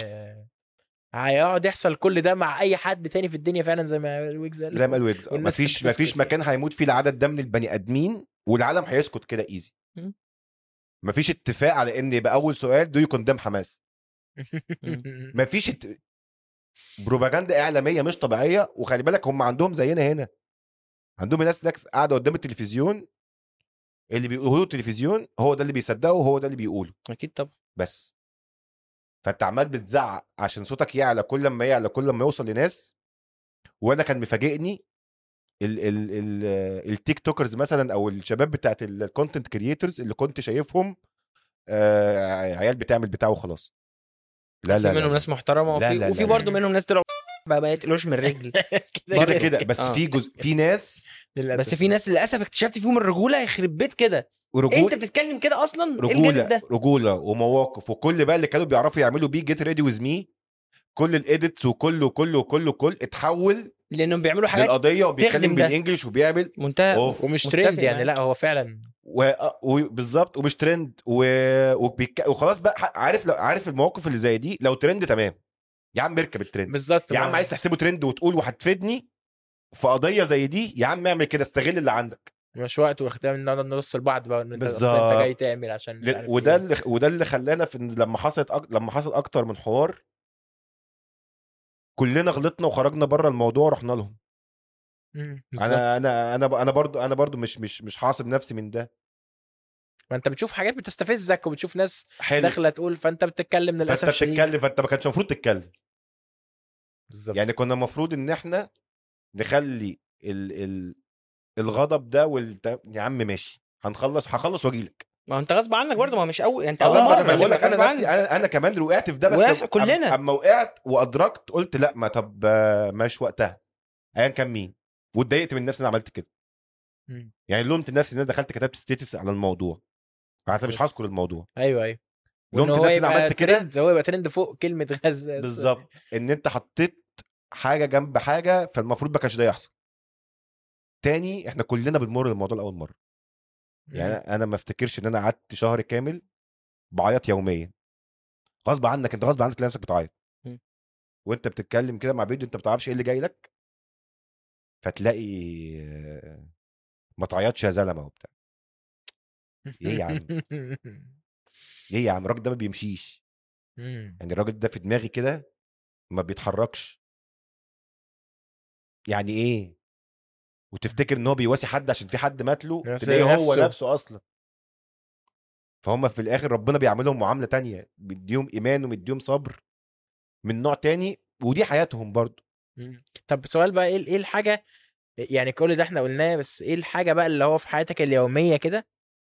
هيقعد يحصل كل ده مع اي حد تاني في الدنيا فعلا، زي ما ويجز قال. زي ما الويجز والناس مفيش هتسكت مكان هيموت فيه العدد ده من البني ادمين والعالم هيسكت كده ايزي. مم. مفيش اتفاق على ان يبقى اول سؤال دو يكوندم حماس. مفيش بروباجندا اعلاميه مش طبيعيه. وخلي بالك هم عندهم زينا هنا، عندهم ناس قاعده قدام التلفزيون، اللي بيقولوا التلفزيون هو ده اللي بيصدقه وهو ده اللي بيقوله اكيد طبعا. بس. فانت عمال بتزعق عشان صوتك يعلى، كل ما يعلى كل ما يوصل لناس. وانا كان مفاجئني ال التيك توكرز مثلا او الشباب بتاعت الكونتنت كرييترز اللي كنت شايفهم عيال بتعمل بتاعه وخلاص. لا في لا منهم لا ناس محترمه، لا وفي لا وفي لا برضه لا. منهم ناس طلعوا ما يتقلوش من الرجل كده بس آه. في ناس بس في ناس للاسف اكتشفت فيهم الرجوله يخرب بيت كده. انت بتتكلم كده اصلا ايه الجانب ده؟ رجوله ومواقف وكل بقى اللي كانوا بيعرفوا يعملوا بيه جيت ريدي ويز مي، كل الايديتس وكله اتحول لانهم بيعملوا حاجات للقضيه وبيتكلم تخدم ده. بالانجلش وبيعمل منتهى أوف. ومش متفق ترند يعني، معاك. لا هو فعلا بالظبط ومش ترند وخلاص بقى. عارف المواقف اللي زي دي لو ترند تمام يا عم اركب الترند. بالظبط. يا عم عايز تحسبه ترند وتقول وهتفيدني في قضيه زي دي، يا عم اعمل كده، استغل اللي عندك. مش وقت واختام نقعد نبص لبعض بقى، ان انت اصلا بالظبط. انت جاي تعمل عشان مش عارف وده اللي خلانا في لما حصل اكتر من حوار كلنا غلطنا وخرجنا بره الموضوع ورحنا لهم. انا برضو مش حاسب نفسي من ده. ما انت بتشوف حاجات بتستفزك وبتشوف ناس حلو. داخله تقول، فانت بتتكلم للاسف فانت شديد. بتتكلم، فانت ما كانش المفروض تتكلم. بالظبط. يعني كنا المفروض ان احنا نخلي الغضب ده يا عم ماشي هخلص واجي لك. ما انت غصب عنك برضه، ما مش اول انت اول مره انا بقول لك انا غصب نفسي عنك. انا كمان وقعت في ده. بس وقع كلنا. اما وقعت وادركت قلت لا ما طب مش وقتها ايا كان مين. واتضايقت من نفسي ان عملت كده. يعني لومت نفسي ان انا دخلت كتبت ستيتس على الموضوع، انا مش هذكر الموضوع. ايوه لومت هو نفسي ان يبقى عملت كده. ترند، هو يبقى ترند فوق كلمه غزه. بالظبط. ان انت حطيت حاجه جنب حاجه، فالمفروض ما كانش ده يحصل تاني. احنا كلنا بنمر الموضوع لاول مره. يعني انا ما افتكرش ان انا قعدت شهر كامل بعيط يوميا غصب عنك. انت غصب عنك تلاقي نفسك بتعيط وانت بتتكلم كده مع فيديو انت ما بتعرفش ايه اللي جاي لك، فتلاقي ما تعيطش يا زلمه وبتاع. ايه يا عم ايه يا عم الراجل ده ما بيمشيش. يعني الراجل ده في دماغي كده ما بيتحركش. يعني ايه؟ وتفتكر ان هو بيواسي حد عشان في حد مات له، تلاقيه هو نفسه اصلا. فهم في الاخر ربنا بيعملهم معامله تانية، بيديهم ايمان ومديهم صبر من نوع تاني، ودي حياتهم برضو. طب سؤال بقى، ايه الحاجه يعني كل ده احنا قلناه، بس ايه الحاجه بقى اللي هو في حياتك اليوميه كده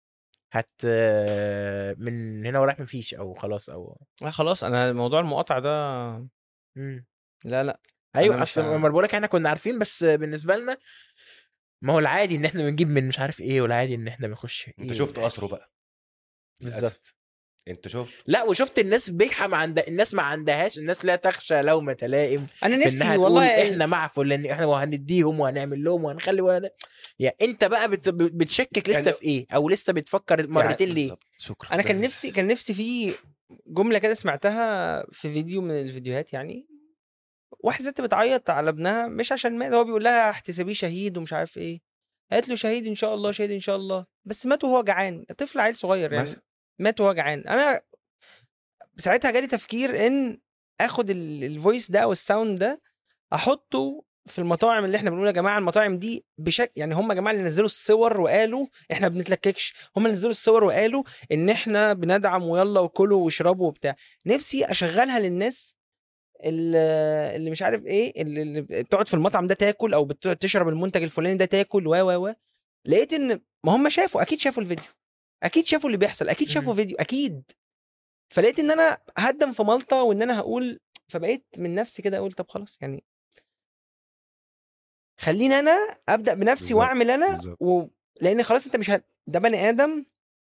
من هنا ورايح مفيش او خلاص او خلاص انا موضوع المقاطعه ده مم. لا ايوه أنا مش اصل ما بقولك احنا كنا عارفين، بس بالنسبه لنا ما هو العادي ان احنا بنجيب من مش عارف ايه، والعادي ان احنا بنخش انت ايه شفت قصره بقى للأسف. بالظبط. انت شفت لا وشفت الناس بيحة الناس ما عندهاش، الناس لا تخشى لومة لائم انا في نفسي انها تقول والله احنا مع فلان، احنا وهنديهم وهنعمل لهم وهنخلي ولا يعني انت بقى بتشكك لسه يعني- في ايه، او لسه بتفكر مرتين ليه؟ بالظبط. شكرا. انا كان نفسي في جمله كده سمعتها في فيديو من الفيديوهات، يعني واحده ست بتعيط على ابنها مش عشان مات، هو بيقول لها احتسبيه شهيد ومش عارف ايه، قالت له شهيد ان شاء الله، شهيد ان شاء الله، بس مات وهو جعان، طفل عيل صغير يعني مثلا. مات وهو جعان. انا ساعتها جالي تفكير ان اخد الفويس ده او الساوند ده احطه في المطاعم اللي احنا بنقول يا جماعه المطاعم دي يعني هم يا جماعه اللي نزلوا الصور وقالوا احنا بنتلككش، هم اللي نزلوا الصور وقالوا ان احنا بندعم ويلا وكلوا واشربوا وبتاع. نفسي اشغلها للناس اللي مش عارف ايه، اللي بتقعد في المطعم ده تاكل او بتشرب المنتج الفلاني ده تاكل و لقيت ان ما هم شافوا، اكيد شافوا الفيديو، اكيد شافوا اللي بيحصل، اكيد شافوا فيديو اكيد. فلقيت ان انا هقدم في مالطا وان انا هقول، فبقيت من نفسي كده اقول طب خلاص يعني خليني انا ابدا بنفسي بالظبط. واعمل انا بالظبط. لان خلاص انت مش ده بني ادم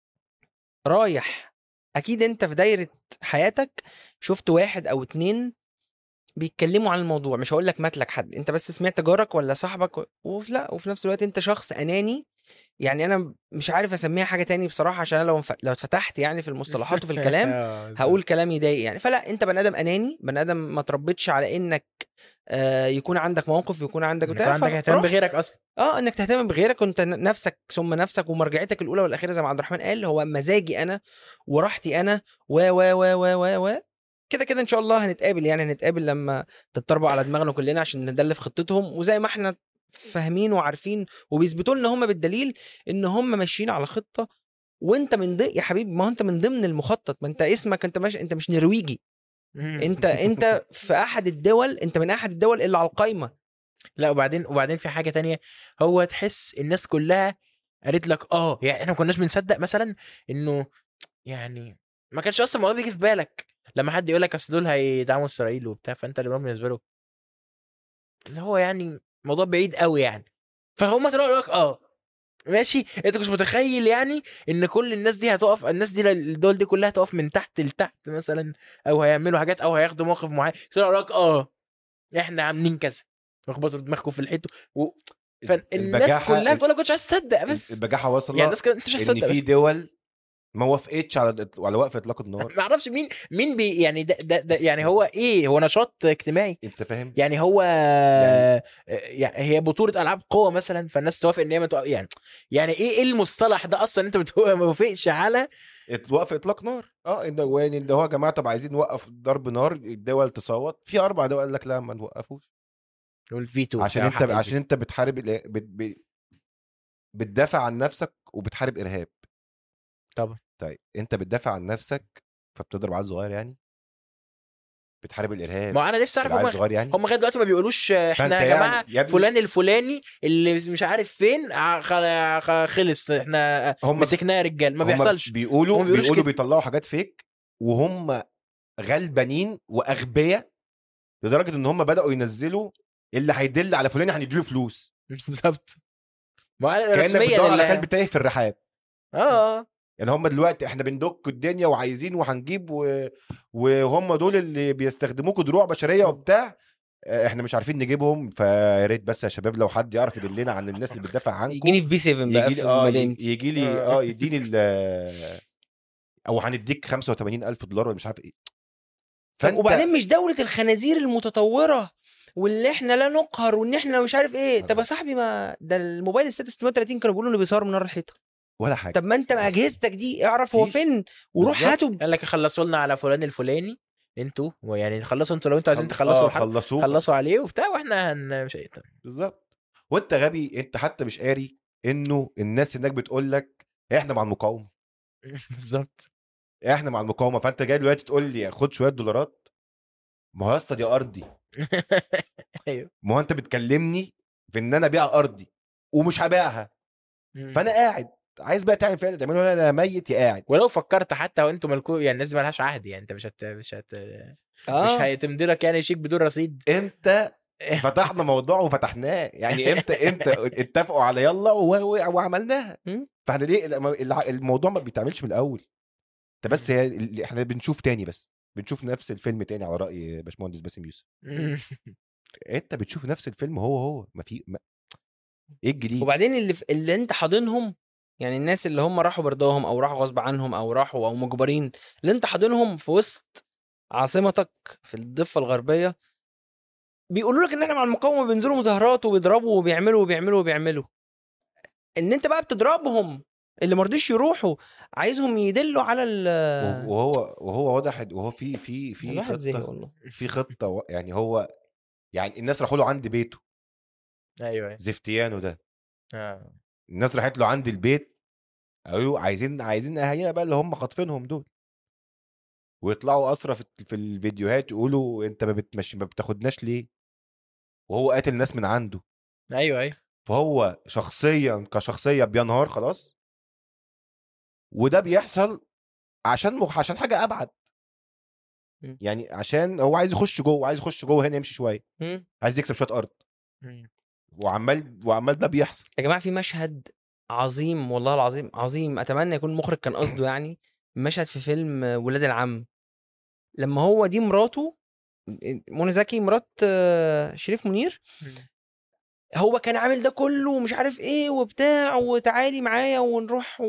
رايح، اكيد انت في دايره حياتك شفت واحد او اتنين بيتكلموا عن الموضوع، مش هقول لك ماتلك حد، انت بس سمعت جارك ولا صاحبك وفي نفس الوقت انت شخص اناني. يعني انا مش عارف اسميها حاجه تاني بصراحه، عشان انا لو اتفتحت يعني في المصطلحات وفي الكلام هقول كلام يضايق يعني. فلا، انت بني ادم اناني، بني ادم ما تربيتش على انك يكون عندك موقف، يكون عندك انك بتاع، عندك اهتمام بغيرك اصلا. انك تهتم بغيرك، وانت نفسك ثم نفسك، ومرجعيتك الاولى والاخيره زي ما عبد الرحمن قال هو مزاجي انا وراحتي انا و كده كده ان شاء الله هنتقابل، يعني هنتقابل لما تتطربق على دماغنا كلنا عشان ندلف خطتهم، وزي ما احنا فاهمين وعارفين وبيثبتوا لنا هم بالدليل ان هم ماشيين على خطه، وانت من ضمن يا حبيبي، ما هو انت من ضمن المخطط، ما انت اسمك انت انت مش نرويجي، انت في احد الدول، انت من احد الدول اللي على القايمه. لا وبعدين في حاجه تانية، هو تحس الناس كلها قالت لك يعني احنا ما كناش بنصدق مثلا انه يعني ما كانش اصلا الموضوع بيجي في بالك لما حد يقول لك اصل دول هيدعموا اسرائيل وبتاع، فانت اللي بالنسبه له اللي هو يعني موضوع بعيد قوي يعني، فهم طلعوا لك ماشي. انت مش متخيل يعني ان كل الناس دي هتقف، الناس دي الدول دي كلها هتقف من تحت لتحت مثلا، او هيعملوا حاجات او هياخدوا موقف معين، طلعوا لك احنا عاملين كذا، واخبطوا دماغكم في الحيط فالناس كلها بتقول لك كنتش عايز تصدق، بس البجاحه واصله يعني الناس كلها انت مش عايز ان تصدق في بس دول ما وافقتش على وقف اطلاق النار. ما اعرفش مين يعني ده يعني هو ايه، هو نشاط اجتماعي انت فاهم يعني، هو يعني يعني هي بطولة العاب قوة مثلا، فالناس توافق ان هي ما توافق يعني ايه المصطلح ده اصلا، انت ما وافقش على وقف اطلاق نار. ان هو يا جماعه طب عايزين نوقف ضرب نار، الدول تصوت، في 4 دول قال لك لا ما نوقفوش، الفيتو عشان بتاع انت حق عشان انت بتحارب بتدافع عن نفسك وبتحارب ارهاب. طبعا طيب انت بتدافع عن نفسك فبتضرب عيل صغير يعني، بتحارب الارهاب ما انا نفسي اعرف العيل صغير يعني. هم لغايه دلوقتي ما بيقولوش احنا فانت يا جماعه يعني يا ابني فلان الفلاني اللي مش عارف فين خلص احنا هم مسكناه يا رجال، ما هم بيحصلش. بيقولوا هم بيقولوش كده. بيطلعوا حاجات فيك، وهم غلبانين واغبياء لدرجه ان هم بداوا ينزلوا اللي هيدل على فلان هنديله فلوس، بالظبط، ما كانك رسميا بتدور على كلب تايه في الرحاب. اه يعني هم دلوقتي احنا بندك الدنيا وعايزين وهنجيب وهم دول اللي بيستخدموكوا دروع بشريه وبتاع، احنا مش عارفين نجيبهم. فيا ريت بس يا شباب لو حد يعرف يدلنا عن الناس اللي بتدافع عنكم، يجيني في بي 7 بقى يجي في لي مدينتي. يجي لي يديني او هنديك $85,000 ولا مش عارف ايه. طب وبعدين مش دولة الخنازير المتطورة واللي احنا لا نقهر وان احنا مش عارف ايه؟ طب يا صاحبي ما ده الموبايل 630 كانوا بيقولوا انه بيصور من نار الحيطة ولا حاجه. طب ما انت اجهزتك دي اعرف هو فيش. فين وروح بالظبط. هاته قال لك خلصوا لنا على فلان الفلاني، انتوا يعني خلصوا انتوا لو انتوا عايزين تخلصوا الحرب خلصوه خلصوا عليه وبتاع، واحنا مش بالظبط. وانت غبي، انت حتى مش قاري انه الناس هناك بتقول لك احنا مع المقاومه. بالظبط احنا مع المقاومه، فانت جاي دلوقتي تقول لي خد شويه دولارات. ما هو يا اسطى دي ارضي، ايوه ما هو انت بتكلمني في ان انا ابيع ارضي ومش هبيعها، فانا قاعد عايز بقى تعمل فيها تعملوا انا ميت يا قاعد. ولو فكرت حتى وانتم ملكو يعني الناس دي مالهاش عهد، يعني انت مش هيتمضي لك يعني شيك بدون رصيد. انت فتحنا موضوع وفتحناه يعني انت اتفقوا على يلا وعملناها. فاحنا ليه الموضوع ما بيتعملش من الاول؟ انت بس هي احنا بنشوف تاني، بس بنشوف نفس الفيلم تاني على رأي باشمهندس باسم يوسف. انت بتشوف نفس الفيلم هو ما في ايه الجديد؟ وبعدين اللي انت حاضنهم، يعني الناس اللي هم راحوا برضاهم او راحوا غصب عنهم او راحوا او مجبرين، اللي انت حاضنهم في وسط عاصمتك في الضفة الغربية، بيقولوا لك ان احنا مع المقاومة، بينزلوا مظاهرات وبيضربوا وبيعملوا. ان انت بقى بتضربهم اللي مرضيش يروحوا، عايزهم يدلوا على وهو واضح، وهو في الواحد زهق خطة، والله. في خطة يعني هو يعني الناس راحوا له عند بيته. ايوه زفتيانو ده الناس راحت له عند البيت، قالوا عايزين اهالينا بقى اللي هم خاطفينهم دول، ويطلعوا اسرى في الفيديوهات يقولوا انت ما بتاخدناش ليه، وهو قاتل ناس من عنده. ايوه فهو شخصيا كشخصيه بينهار خلاص، وده بيحصل عشان حاجه ابعد، يعني عشان هو عايز يخش جوه هنا يمشي شويه، عايز يكسب شويه ارض، وعمال ده بيحصل. يا جماعه في مشهد عظيم والله العظيم عظيم، اتمنى يكون المخرج كان قصده، يعني مشهد في فيلم ولاد العم، لما هو دي مراته منى زكي، مرات شريف منير، هو كان عامل ده كله ومش عارف ايه وبتاع، وتعالي معايا ونروح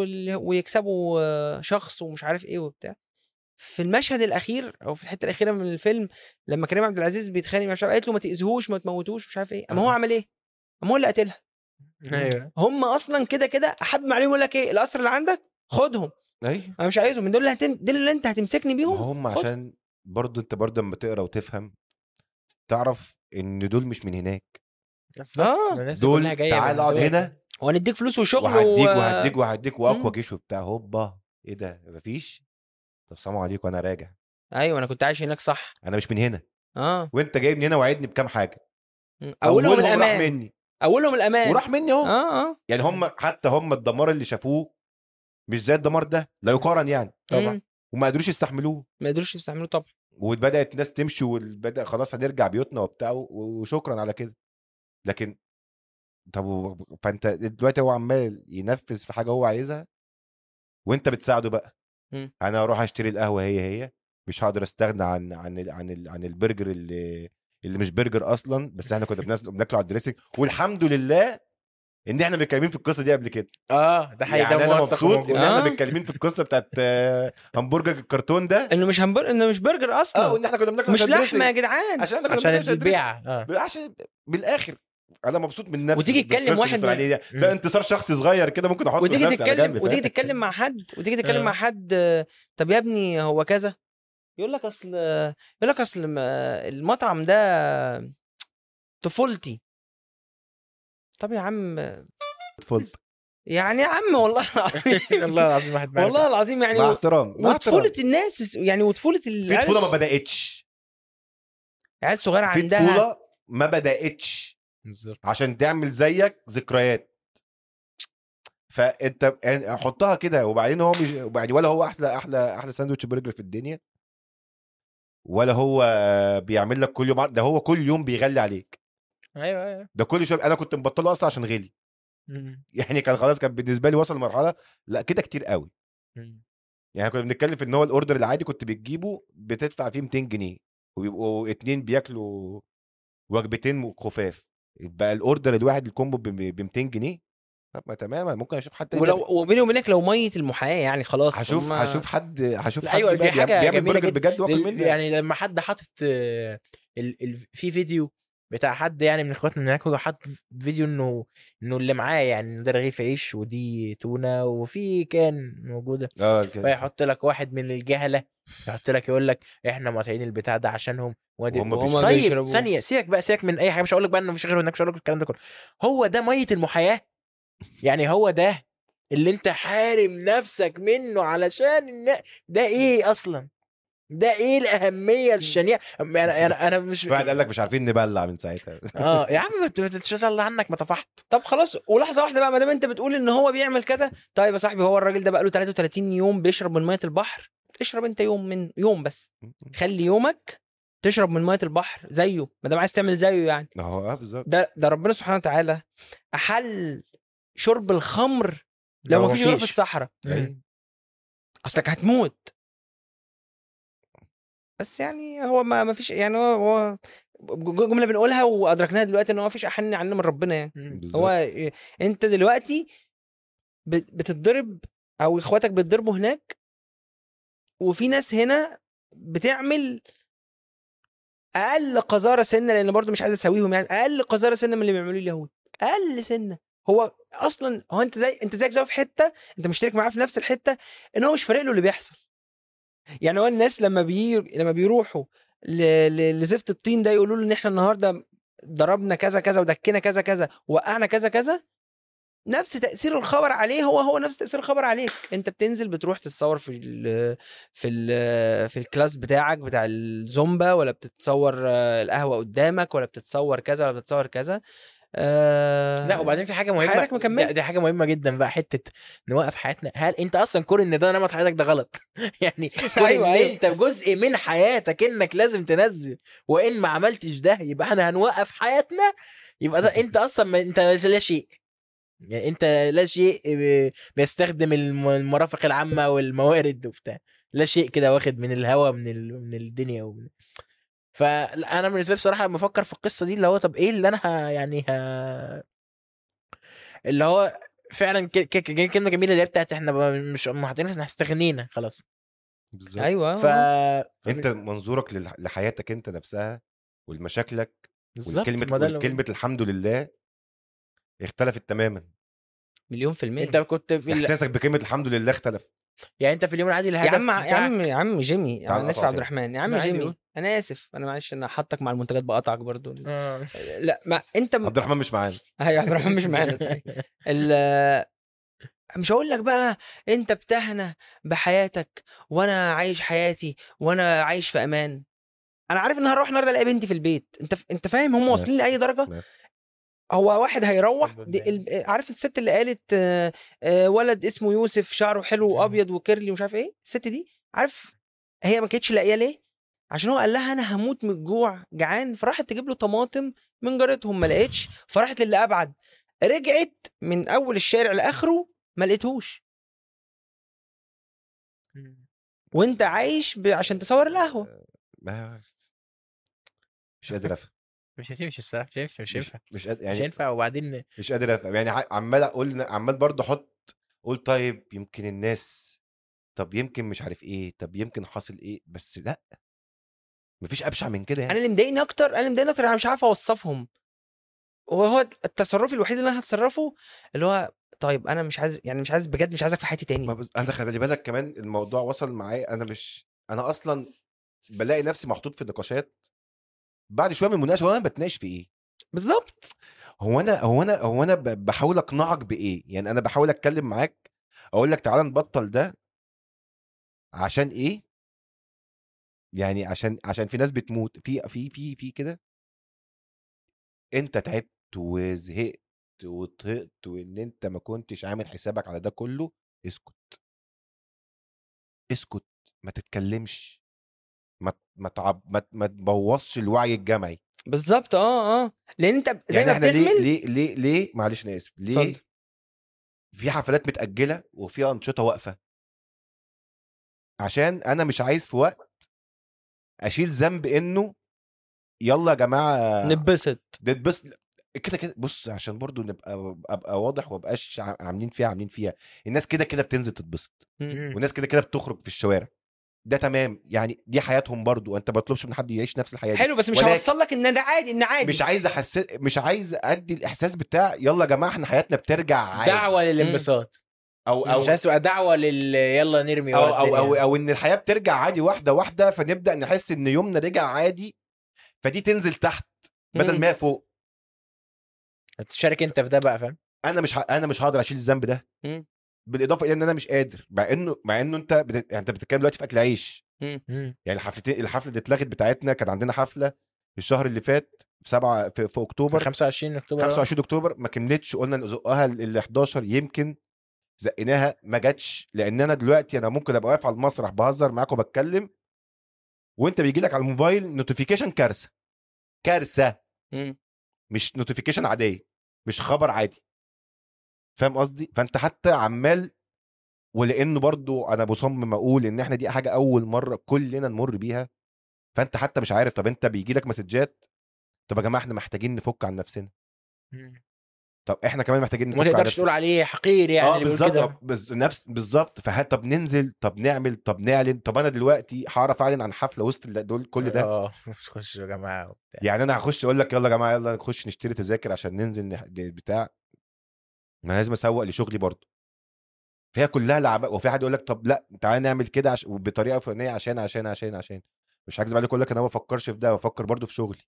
ويكسبوا شخص ومش عارف ايه وبتاع. في المشهد الاخير او في الحته الاخيره من الفيلم، لما كريم عبد العزيز بيتخانق مع شباب، قالت له ما تاذيهوش ما تموتوش مش عارف ايه، اما هو عمل ايه؟ اما هو اللي قتلها. ايوه هم اصلا كده احب عليهم، يقول لك ايه الاسر اللي عندك خدهم، ايوه انا مش عايزهم من دول دول اللي انت هتمسكني بيهم. هم عشان برضو انت برضو لما تقرا وتفهم تعرف ان دول مش من هناك، الناس دول كلها جايه تعال اقعد هنا وهنديك فلوس وشغل وهديك واقوى وبتاع. هوبا ايه ده؟ مفيش. طب سلام عليكم انا راجع. ايوه انا كنت عايش هناك صح، انا مش من هنا. وانت جايبني هنا وعدني بكام حاجه، اولهم راح الامان، مني، اولهم الامان وراح مني اهو. يعني هم الدمار اللي شافوه مش زي الدمار ده، لا يقارن يعني طبعا. وما قدروش يستحملوه، طبعا. وبدات الناس تمشي وبدا خلاص هنرجع بيوتنا وبتاع وشكرا على كده. لكن طب فانت دلوقتي هو عمال ينفذ في حاجه هو عايزها وانت بتساعده بقى. انا اروح اشتري القهوه هي مش هقدر استغنى عن البرجر اللي مش برجر اصلا، بس احنا كنا بناكله على الدريسنج، والحمد لله ان احنا متكلمين في القصه دي قبل كده. ده حقيقي، يعني ده انا موثق مبسوط وموجود. ان احنا متكلمين في القصه بتاعت همبرجر الكرتون ده، انه مش برجر اصلا، وان احنا كنا بناكله مش لحمه يا جدعان، عشان البيعه عشان بالاخر انا مبسوط من نفسي. وتيجي تتكلم واحد ده انتصار شخصي صغير كده ممكن احطه وتيجي لنفسي على جنب. وتيجي تتكلم مع حد طب يا ابني هو كذا، يقول لك اصل المطعم ده طفولتي. طب يا عم طفولتي يعني يا عم والله العظيم والله العظيم واحد والله العظيم يعني مع احترام وطفولة الناس يعني، وطفولة في طفولة ما بدأتش، عيال صغيرة عندها في طفولة ما بدأتش عشان تعمل زيك ذكريات. فانت حطها كده، وبعدين هو مش ولا هو احلى ساندوتش برجر في الدنيا، ولا هو بيعمل لك كل يوم ده هو كل يوم بيغلي عليك. ايوه ده كل شويه. انا كنت مبطله اصلا عشان غلي. يعني كان خلاص، كان بالنسبه لي وصل لمرحله لا كده كتير قوي. يعني كنا بنتكلم في ان هو الاوردر العادي كنت بتجيبه بتدفع فيه 200 جنيه وبيبقوا 2 بياكلوا وجبتين خفاف، يبقى الاوردر الواحد الكومبو ب 200 جنيه. طب ما تمام، ممكن اشوف حد ولو وبيني وبينك لو ميه المحاياه يعني خلاص هشوف حد ايوه دي حاجه جميله جدا بجد واكل منه. يعني لما حد حاطط في فيديو بتاع حد يعني من اخواتنا من هناك، هو حط فيديو انه اللي معاه يعني ده رغيف عيش ودي تونه وفي كان موجوده، فيحط لك واحد من الجهله يحط لك يقول لك احنا مقاطعين البتاع ده عشانهم طيب ثانيه سيبك من اي حاجه، مش هقول لك بقى انه مفيش غيره هناك، مش هقول لك الكلام ده كله. هو ده ميه المحياه يعني، هو ده اللي انت حارم نفسك منه علشان ده ايه اصلا؟ ده ايه الاهميه الشنيعه؟ انا مش واحد قال لك مش عارفين نبلع من ساعتها. يا عم ما تتشال عنك ما طفحت. طب خلاص، ولحظه واحده بقى، ما دام انت بتقول ان هو بيعمل كذا، طيب يا صاحبي هو الراجل ده بقى له 33 يوم بيشرب من ميه البحر، اشرب انت يوم بس، خلي يومك تشرب من ميه البحر زيه، ما دام عايز تعمل زيه يعني. ما هو بالظبط. ده ربنا سبحانه وتعالى احل شرب الخمر لو ما فيش غير في الصحراء، اصلك هتموت. بس يعني هو ما فيش يعني، هو جمله بنقولها وادركناها دلوقتي ان هو ما فيش احن عننا من ربنا يعني. بالظبط. هو انت دلوقتي بتتضرب او اخواتك بيتضربوا هناك، وفي ناس هنا بتعمل اقل قذاره سنه، لان برضو مش عايز اسويهم يعني، اقل قذاره سنه من اللي بيعملوه اليهود، اقل سنه. هو اصلا هو انت زيك زي في حته، انت مشترك معاه في نفس الحته، ان هو مش فارق له اللي بيحصل. يعني هو الناس لما بيروحوا لزفت الطين ده يقولوا له ان احنا النهارده ضربنا كذا كذا ودكينا كذا كذا وقعنا كذا كذا، نفس تأثير الخبر عليه هو نفس تأثير الخبر عليك. انت بتنزل بتروح تتصور في الكلاس بتاعك بتاع الزومبا، ولا بتتصور القهوة قدامك، ولا بتتصور كذا ولا بتصور كذا. لا وبعدين في حاجه مهمه، حياتك مكمله. دي حاجه مهمه جدا بقى، حته نوقف حياتنا. هل انت اصلا كون ان ده نمط حياتك ده غلط؟ يعني كون أيوة، ان أيوة. انت جزء من حياتك انك لازم تنزل، وان ما عملتش ده يبقى احنا هنوقف حياتنا، يبقى ده انت اصلا انت لا شيء. يعني انت لا شيء بيستخدم المرافق العامه والموارد وبتاع، لا شيء كده واخد من الهواء من الدنيا فانا بالنسبه لي بصراحه لما بفكر في القصه دي اللي هو طب ايه اللي انا اللي هو فعلا كلمه جميله اللي هي بتاعت احنا مش محاطين، احنا استغنينا خلاص. بالظبط. ايوه. انت منظورك لحياتك انت نفسها ولمشاكلك بالظبط، والكلمة الحمد لله اختلفت تماما. مليون في المية. انت كنت في احساسك بكلمة الحمد لله اختلف. يعني انت في اليوم العادي الهدف يا عم جيمي، تعال انا اسف نقطع عبد الرحمن، يا عم جيمي انا اسف، انا معلش انا حطك مع المنتجات بقطعك برضو. لا ما انت عبد الرحمن مش معانا. هي عبد الرحمن مش معانا. مش هقول لك بقى انت بتهنى بحياتك وانا عايش حياتي وانا عايش في امان. انا عارف ان هروح النهارده الاقي بنتي في البيت، انت فاهم هم واصلين لاي درجه. هو واحد هيروح عارف الست اللي قالت ولد اسمه يوسف شعره حلو وابيض وكيرلي ومش عارف ايه، الست دي عارف هي ما كانتش لاقيه ليه؟ عشان هو قال لها انا هموت من الجوع جعان، فراحت تجيب له طماطم من جارتهم، ما لقيتش، فراحت للي ابعد، رجعت من اول الشارع لاخره ما لقيتهوش، وانت عايش عشان تصور القهوه. مش قادر افهم. مش هتمشي الصراحه، مش ينفع مش قادر يعني، مش ينفع. وبعدين مش قادر افهم يعني، عمال برضه قول طيب يمكن الناس، طب يمكن مش عارف ايه، طب يمكن حاصل ايه، بس لا مفيش ابشع من كده يعني. انا اللي مضايقني اكتر انا مش عارف اوصفهم. وهو التصرف الوحيد اللي انا هتصرفه اللي هو طيب انا مش عايز بجد، مش عايزك في حياتي تاني. انا خلي بالك كمان الموضوع وصل معايا، انا اصلا بلاقي نفسي محطوط في نقاشات بعد شويه من المناقشه وانا بتناقش في ايه بالظبط. هو انا بحاول اقنعك بايه يعني. انا بحاول اتكلم معاك اقول لك تعالى نبطل ده عشان ايه يعني، عشان في ناس بتموت في كده. انت تعبت وزهقت وطهقت وان انت ما كنتش عامل حسابك على ده كله، اسكت ما تتكلمش، ما تبوظش الوعي الجمعي. بالظبط. لان انت زي يعني ما احنا بتهمل. ليه معلش انا اسف، ليه صد. في حفلات متأجلة وفي أنشطة واقفة؟ عشان انا مش عايز في وقت اشيل ذنب انه يلا يا جماعه نتبسط كده. بص عشان برضو ابقى واضح وابقاش عاملين فيها الناس كده بتنزل تتبسط، والناس كده بتخرج في الشوارع، ده تمام يعني، دي حياتهم برضو، انت ما بطلبش من حد يعيش نفس الحياه دي. حلو، بس مش هوصل لك ان ده عادي، ان عادي. مش عايز ادي الاحساس بتاع يلا يا جماعه احنا حياتنا بترجع عادي، دعوه للانبساط او مش عايز تبقى دعوه يلا نرمي ورا الدنيا، او ان الحياه بترجع عادي واحده فنبدا نحس ان يومنا رجع عادي، فدي تنزل تحت بدل ما هي فوق. تشارك انت في ده بقى، فاهم؟ انا مش هقدر اشيل الذنب ده، بالاضافه الى ان انا مش قادر، مع انه انت بتتكلم دلوقتي في اكل عيش، مم. يعني الحفله اللي اتلغت بتاعتنا، كان عندنا حفله الشهر اللي فات في في اكتوبر 25 اكتوبر 25 اكتوبر، ما كملتش، قلنا نزقها ال 11 يمكن زقناها ما جاتش. لان انا دلوقتي انا ممكن ابقى واقف على المسرح بهزر معاك وبتكلم، وانت بيجي لك على الموبايل نوتيفيكيشن كارثه كارثه، مش نوتيفيكيشن عاديه، مش خبر عادي، فاهم قصدي؟ فانت حتى عمال، ولانه برضو انا مصمم اقول ان احنا دي حاجه اول مره كلنا نمر بيها، فانت حتى مش عارف. طب انت بيجي لك مسجات، طب يا جماعه احنا محتاجين نفك عن نفسنا، طب احنا كمان محتاجين وما نفك عن تقدرش نفسنا. تقول عليه حقير يعني اللي بيقول بالظبط، كده. نفس بالظبط. طب ننزل، طب نعمل، طب نعلن. طب انا دلوقتي هعرف اعلن عن حفله وسط دول كل ده؟ خشوا يا جماعه وبتاع. يعني انا هخش اقول لك يلا يا جماعه يلا نخش نشتري تذاكر عشان ننزل بتاع، ما لازم اسوق لشغلي برضه. فهي كلها لعبه. وفي حد يقول لك طب لا تعالى نعمل كده بطريقه فلانيه عشان مش هكذب عليك اقول لك انا ما بفكرش في ده، بفكر برضه في شغلي.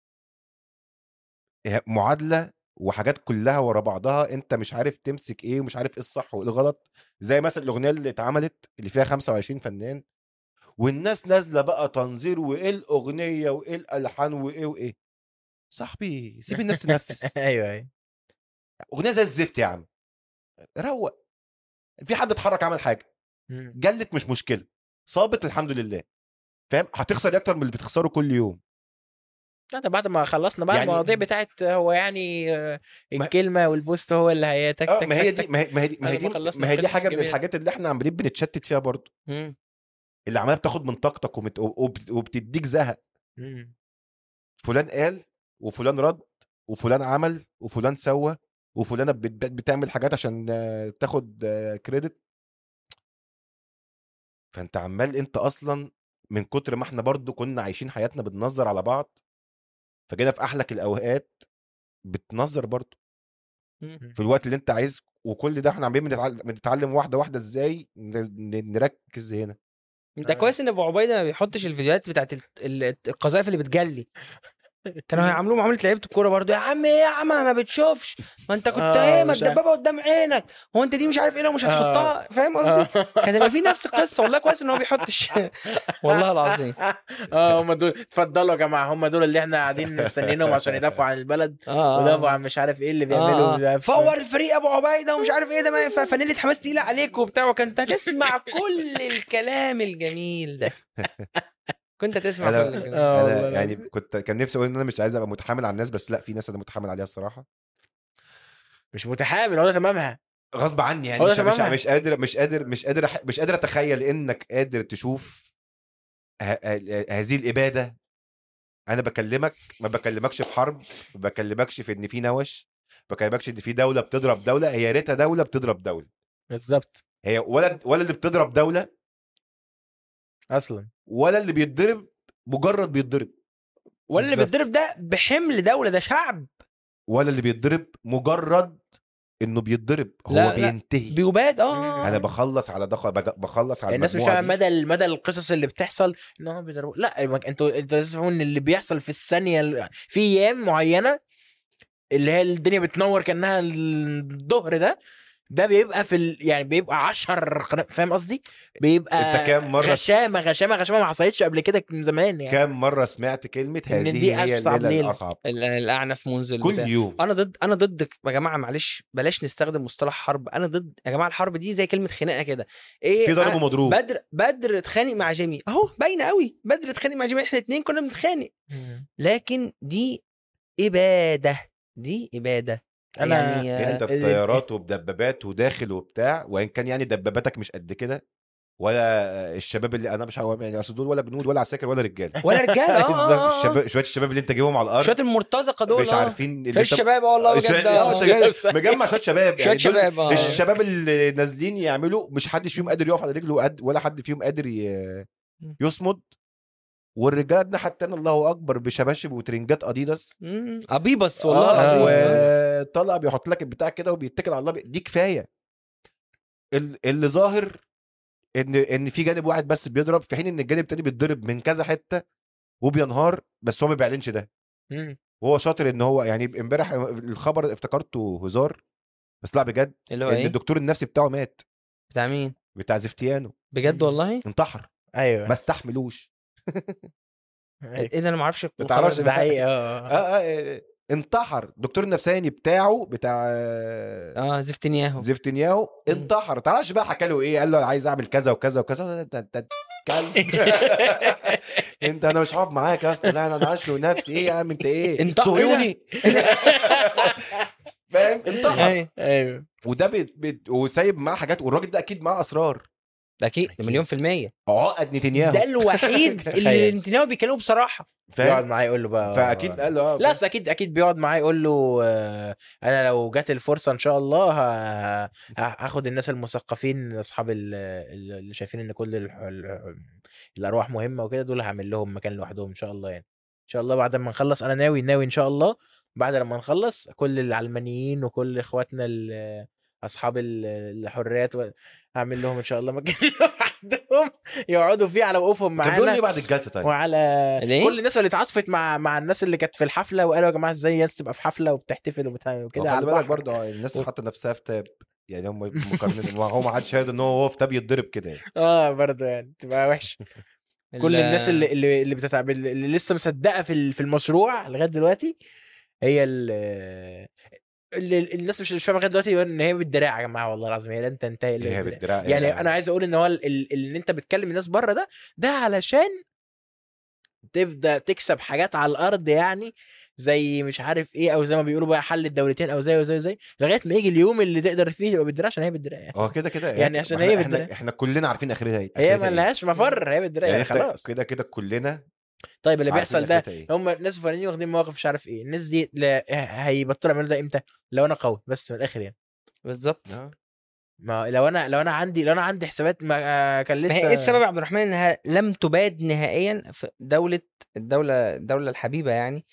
معادله وحاجات كلها ورا بعضها، انت مش عارف تمسك ايه ومش عارف ايه الصح وايه الغلط. زي مثلا الاغنيه اللي اتعملت اللي فيها 25 فنان، والناس نازله بقى تنظير وايه الاغنيه وايه الالحان وايه صاحبي سيب الناس تنفس. ايوه اغنيه زي الزفت يا عم، روق. في حد اتحرك عمل حاجه جلت مش مشكله، صابت الحمد لله، فاهم؟ هتخسر اكتر من اللي بتخسره كل يوم. انت بعد ما خلصنا بقى يعني المواضيع بتاعت هو يعني ما الكلمه والبوست هو اللي هيتك ما هي دي ما هي دي حاجه من الحاجات. الحاجات اللي احنا عمالين بنتشتت فيها برضو، اللي عماله بتاخد من طاقتك وبتديك زهق. فلان قال وفلان رد وفلان عمل وفلان سوى وفلانه بتعمل حاجات عشان تاخد كريدت. فانت عمال انت اصلا من كتر ما احنا برضو كنا عايشين حياتنا بننظر على بعض، فجينا في احلك الاوقات بتنظر برضو في الوقت اللي انت عايز. وكل ده احنا عمالين بنتعلم واحده واحده ازاي نركز هنا. انت كويس ان ابو عبيده ما بيحطش الفيديوهات بتاعت القذائف اللي بتجلي. كانوا هيعملوا معامله لعيبه الكوره برضو، يا عم ايه يا عم ما بتشوفش، ما انت كنت ايه ما الدبابه قدام عينك، هو انت دي مش عارف ايه لو مش هتحطها، فاهم قصدي؟ كان يبقى في نفس القصه. والله كويس ان هو بيحطش والله العظيم. هم دول اتفضلوا يا جماعه، هم دول اللي احنا قاعدين مستنيينهم عشان يدافعوا عن البلد ويدافعوا عن مش عارف ايه اللي بيعملوا. فور الفريق ابو عبيده ومش عارف ايه ده، ما ينفع فانيله حماس تقيله عليك وبتاع، وكنت هتسمع كل الكلام الجميل ده، كنت تسمع كل الكلام. انا يعني كان نفسي اقول ان انا مش عايز ابقى متحامل على الناس، بس لا، في ناس انا متحامل عليها الصراحه. مش متحامل، هو ده تمامها غصب عني يعني. مش قادر اتخيل انك قادر تشوف هذه الاباده. انا بكلمك، ما بكلمكش في حرب، ما بكلمكش في ان في نوش، ما بكلمكش ان في دوله بتضرب دوله. هي ريتها دوله بتضرب دوله بالظبط. هي ولا اللي بتضرب دوله اصلا، ولا اللي بيتضرب مجرد بيتضرب، ولا اللي بيتضرب ده بحمل دوله، ده شعب، ولا اللي بيتضرب مجرد انه بيتضرب هو بينتهي بيباد. انا بخلص على ده، بخلص على الناس مش فاهمه مدى القصص اللي بتحصل ان هم بيضربوا. لا انتوا تفهموا ان اللي بيحصل في الثانيه في ايام معينه اللي هي الدنيا بتنور كانها الظهر ده بيبقى يعني بيبقى 10 فاهم قصدي؟ بيبقى انت كام مره غشامه ما حصلتش قبل كده من زمان يعني. كام مره سمعت كلمه هذه هي الليله الاصعب الاعنف منذ كل يوم؟ انا ضد يا جماعه، معلش بلاش نستخدم مصطلح حرب. انا ضد يا جماعه، الحرب دي زي كلمه خناقه كده. ايه في ضرب ومضروب. بدر اتخانق مع جيمي اهو، باينه قوي. بدر اتخانق مع جيمي، احنا الاثنين كنا بنتخانق، لكن دي اباده، دي اباده. أنا يعني انت بطيارات وبدبابات وداخل وبتاع، وان كان يعني دباباتك مش قد كده، ولا الشباب اللي انا مش يعني اصل دول ولا جنود ولا عساكر ولا رجال الشباب شويه الشباب اللي انت جايبهم على الارض، شويه المرتزقه دول مش عارفين اللي الشباب والله بجد مجمع شويه شباب شويه شباب الشباب اللي نازلين يعملوا، مش حد فيهم قادر يقف على رجله ولا حد فيهم قادر يصمد. والرجاله ده حتى الله اكبر بشباشب وترنجات اديداس ابيبس والله العظيم، وطلع بيحط لك البتاع كده وبيتكل على الله. دي كفايه. اللي ظاهر ان في جانب واحد بس بيضرب، في حين ان الجانب التاني بيتضرب من كذا حته وبينهار، بس هو ما بيعلنش ده. وهو شاطر ان هو يعني امبارح الخبر افتكرته هزار، بس لا بجد ان الدكتور النفسي بتاعه مات. بتاع مين؟ بتاع زفتيانو بجد والله انتحر. ايوه ما استحملوش. أيوة. ايه ده انا ما اعرفش ما تعرفش ده حقيقي انتحر الدكتور النفساني بتاعه بتاع زفتنياهو زفتنياهو انتحر. تعرفش بقى حكى له ايه؟ قال له عايز اعمل كذا وكذا وكذا. انت كلب. انت انا مش هقعد معاك يا اسطى. لا انا عايش له نفسي. ايه يا عم انت ايه انت صهيوني؟ فاهم؟ انتحر. ايوه وده وسايب معاه حاجات. والراجل ده اكيد معاه اسرار. اكيد أكيد. مليون في المية. عقد نتنياهو ده الوحيد اللي تخيل. نتنياهو بيكلمه بصراحة. بيقعد فاهم؟ معاه يقول له بقى فاكيد قال له لا اكيد بيقعد معاه يقول له انا لو جات الفرصه ان شاء الله هاخد الناس المثقفين اصحاب اللي شايفين ان كل الارواح مهمه وكده، دول هعمل لهم مكان لوحدهم ان شاء الله. يعني ان شاء الله بعد ما نخلص انا ناوي ان شاء الله بعد لما نخلص كل العلمانيين وكل اخواتنا اصحاب الحريات هعمل لهم ان شاء الله مكان لوحدهم يقعدوا فيه على وقوفهم كان بيقول معانا لي بعد الجلسه طيب وعلى ليه؟ كل الناس اللي اتعاطفت مع الناس اللي كانت في الحفله وقالوا يا جماعه ازاي الناس تبقى في حفله وبتحتفل وبتعمل كده على خلي بالك البحر. برضه الناس حاطه نفسها في تاب. يعني هم مقارنين هو ما عادش شاهد ان هو في تاب يتضرب كده يعني. برضه يعني تبقى وحش. كل الناس اللي بتتعب اللي لسه مصدقه في المشروع لغايه دلوقتي هي اللي الناس مش فاهمه لغايه دلوقتي ان هي بالدراع يا جماعه. والله العظيم هي لن تنتهي الا هي بالدراع. بالدراع. يعني انا عايز اقول ان هو اللي انت بتكلم الناس بره ده علشان تبدا تكسب حاجات على الارض، يعني زي مش عارف ايه، او زي ما بيقولوا بقى حل الدولتين، او زي لغايه ما يجي اليوم اللي تقدر فيه تبقى بالدراع عشان هي بالدراع يعني. كده يعني عشان هي بالدراع احنا كلنا عارفين اخرتها هي ما لهاش مفر، هي بالدراع يعني خلاص كده كلنا. طيب اللي عارفين بيحصل ده آخرتها إيه. هم ناس فلانيين واخدين مواقف مش عارف ايه، الناس دي هيبطلوا يعملوا ده امتى؟ لو انا قوي بس من الاخر يعني. بالظبط. ما لو انا عندي حسابات ما كان ما هي لسه ايه السبب يا عبد الرحمن انها لم تباد نهائيا في الدولة الحبيبة يعني؟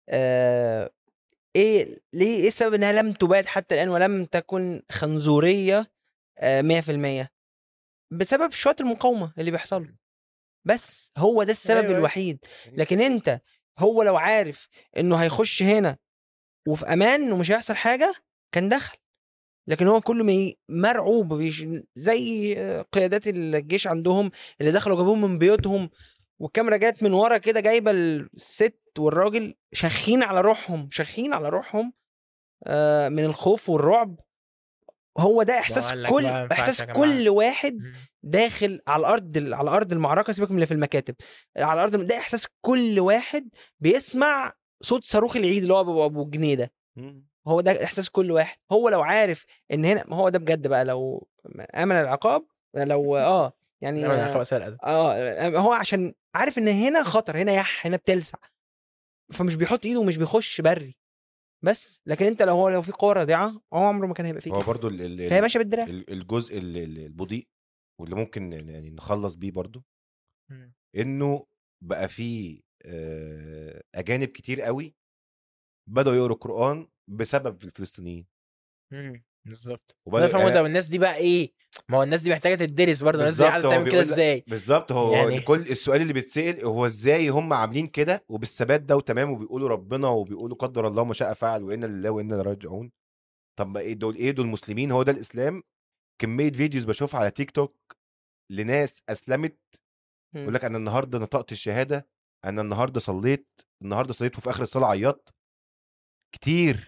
ايه ليه ايه السبب انها لم تباد حتى الان ولم تكن خنزورية 100%؟ بسبب شوية المقاومة اللي بيحصلوا. بس هو ده السبب أيوة. الوحيد. لكن انت هو لو عارف انه هيخش هنا وفي امان ومش هيحصل حاجة كان دخل. لكن هو كل ما مرعوب زي قيادات الجيش عندهم اللي دخلوا جابوهم من بيوتهم والكاميرا جات من ورا كده جايبه الست والراجل شاخين على روحهم من الخوف والرعب. هو ده احساس كل واحد داخل على ارض المعركه. سيبك من اللي في المكاتب، على الارض ده احساس كل واحد بيسمع صوت صاروخ العيد اللي هو ابو جنيه ده. هو ده احساس كل واحد. هو لو عارف ان هنا، ما هو ده بجد بقى، لو امن العقاب، لو يعني هو عشان عارف ان هنا خطر، هنا هنا بتلسع، فمش بيحط ايده ومش بيخش بري بس. لكن انت لو في قوه رادعه هو عمره ما كان هيبقى فيه. هو برضو فهي ماشيه بالدراع. الجزء البطيء واللي ممكن يعني نخلص بيه برضو انه بقى فيه اجانب كتير قوي بدأوا يقروا القرآن بسبب الفلسطينيين. بالظبط. فهموا ده. والناس دي بقى ايه؟ ما هو الناس دي محتاجه تدرس برضه. الناس دي عايزه تعمل كده ازاي؟ بالظبط. هو يعني كل السؤال اللي بيتسأل هو ازاي هم عاملين كده وبالثبات ده وتمام، وبيقولوا ربنا وبيقولوا قدر الله ما شاء فعل وإنا لله وإنا راجعون. طب ما ايه دول مسلمين؟ هو ده الاسلام؟ كميه فيديوز بشوفها على تيك توك لناس اسلمت يقول لك انا النهارده نطقت الشهاده، انا النهارده صليت وفي اخر الصلاه عيطت كتير.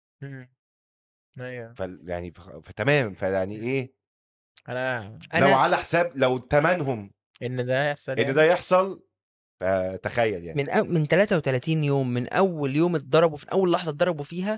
ايوه يعني فتمام. فيعني ايه انا لو على حساب لو تمنهم ان ده يحصل ان ده يحصل، فتخيل يعني من 33 يوم من اول يوم اتضربوا، في اول لحظه اتضربوا فيها،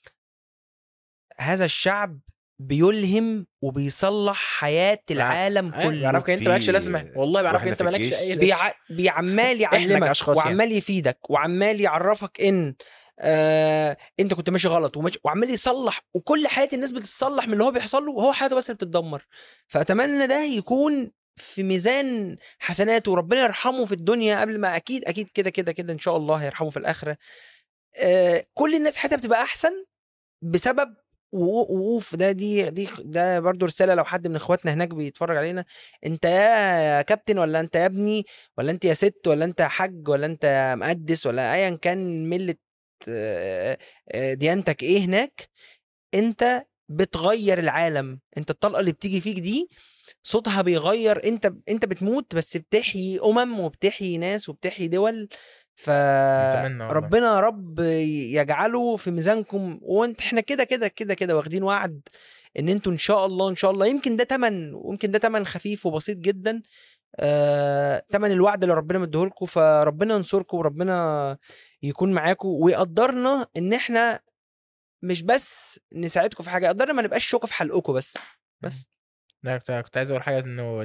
هذا الشعب بيلهم وبيصلح حياة العالم كله. بيعرفك انت مالكش لازمه، والله بيعرفك انت مالكش اي لازمه. بيعمال يعلمك وعمال يفيدك وعمال يعرفك ان انت كنت ماشي غلط وعمال يصلح، وكل حياة الناس بتتصلح من اللي هو بيحصل له، وهو حياته بس اللي بتتدمر. فأتمنى ده يكون في ميزان حسناته وربنا يرحمه في الدنيا قبل ما اكيد كده ان شاء الله هيرحمه في الآخرة. كل الناس حياتها بتبقى احسن بسبب وقوف ده برضو رسالة لو حد من اخواتنا هناك بيتفرج علينا. انت يا كابتن، ولا انت يا ابني، ولا انت يا ست، ولا انت حج، ولا انت مقدس، ولا ايا كان ملة ديانتك ايه هناك، انت بتغير العالم. انت الطلقه اللي بتيجي فيك دي صوتها بيغير، انت بتموت بس بتحيي وبتحيي ناس وبتحيي دول. أتمنى والله. فربنا يا رب يجعله في ميزانكم. وانت احنا كده واخدين وعد ان انتوا ان شاء الله يمكن ده تمن، ويمكن ده تمن خفيف وبسيط جدا، تمن الوعد اللي ربنا مديهولكم. فربنا ينصركم وربنا يكون معاكم ويقدرنا ان احنا مش بس نساعدكم في حاجه، يقدرنا ما نبقاش شوكه في حلقكم بس. لا كنت عايز اقول حاجه انه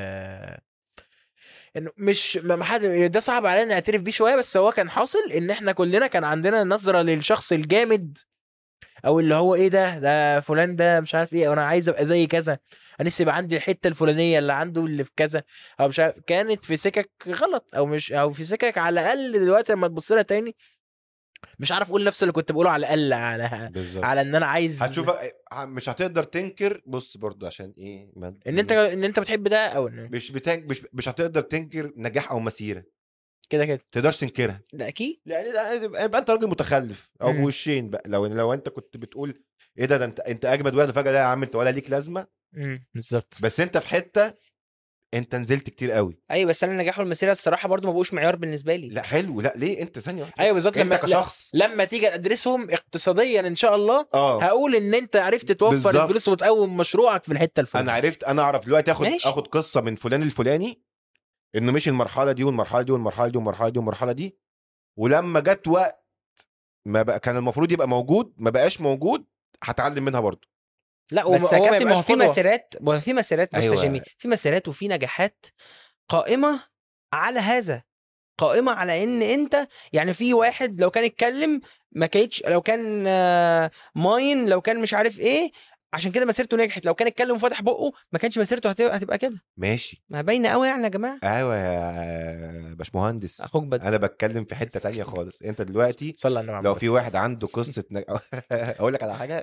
انه مش ما حد ده صعب علينا نعترف بيه شويه، بس هو كان حاصل ان احنا كلنا كان عندنا نظره للشخص الجامد، او اللي هو ايه ده فلان ده مش عارف ايه، انا عايز ابقى زي كذا، انا نفسي يبقى عندي الحته الفلانيه اللي عنده اللي في كذا، او مش عارف. كانت في سكك غلط، او مش او في سكك على الاقل دلوقتي لما تبص لها تاني مش عارف اقول نفس اللي كنت بقوله على الاقل بالظبط. على ان انا عايز هتشوف مش هتقدر تنكر. بص برضو عشان ايه ان انت بتحب ده، او مش هتقدر تنكر نجاح او مسيره، كده تقدرش تنكرها. ده اكيد. يعني يبقى انت راجل متخلف او مم. بوشين بقى. لو انت كنت بتقول ايه ده انت اجمد واحد، فجاه لا يا عم انت ولا ليك لازمه. بالظبط. بس انت في حته انت نزلت كتير قوي. ايوه بس انا النجاح والمسيره الصراحه برضو ما بقوش معيار بالنسبه لي. لا حلو، لا ليه انت ثانيه واحده ايوه بالظبط. انت لما كشخص لما تيجي ادرسهم اقتصاديا ان شاء الله هقول ان انت عرفت توفر بالزبط. الفلوس وتقوم مشروعك في الحته الفلانيه. انا اعرف دلوقتي ماشي. اخد قصه من فلان الفلاني انه مش المرحله دي والمرحله دي والمرحله دي والمرحله دي والمرحله دي، ولما جت وقت ما بقى كان المفروض يبقى موجود ما بقاش موجود، هتعلم منها برضو. لا بس يا كابتن ما هو في قدوة. مسيرات، بص أيوة. يا جميل، في مسيرات وفي نجاحات قائمه على هذا، قائمه على ان انت يعني في واحد لو كان اتكلم ما كانتش، لو كان ماين، لو كان مش عارف ايه، عشان كده مسيرته نجحت. لو كان اتكلم وفتح بقه ما كانش مسيرته هتبقى كده. ماشي ما باينه قوي يعني يا جماعه. ايوه يا باشمهندس، اخوك بدر. انا بتكلم في حته تانية خالص. انت دلوقتي صلى الله عليه لو وسلم. في واحد عنده قصه اقول لك على حاجه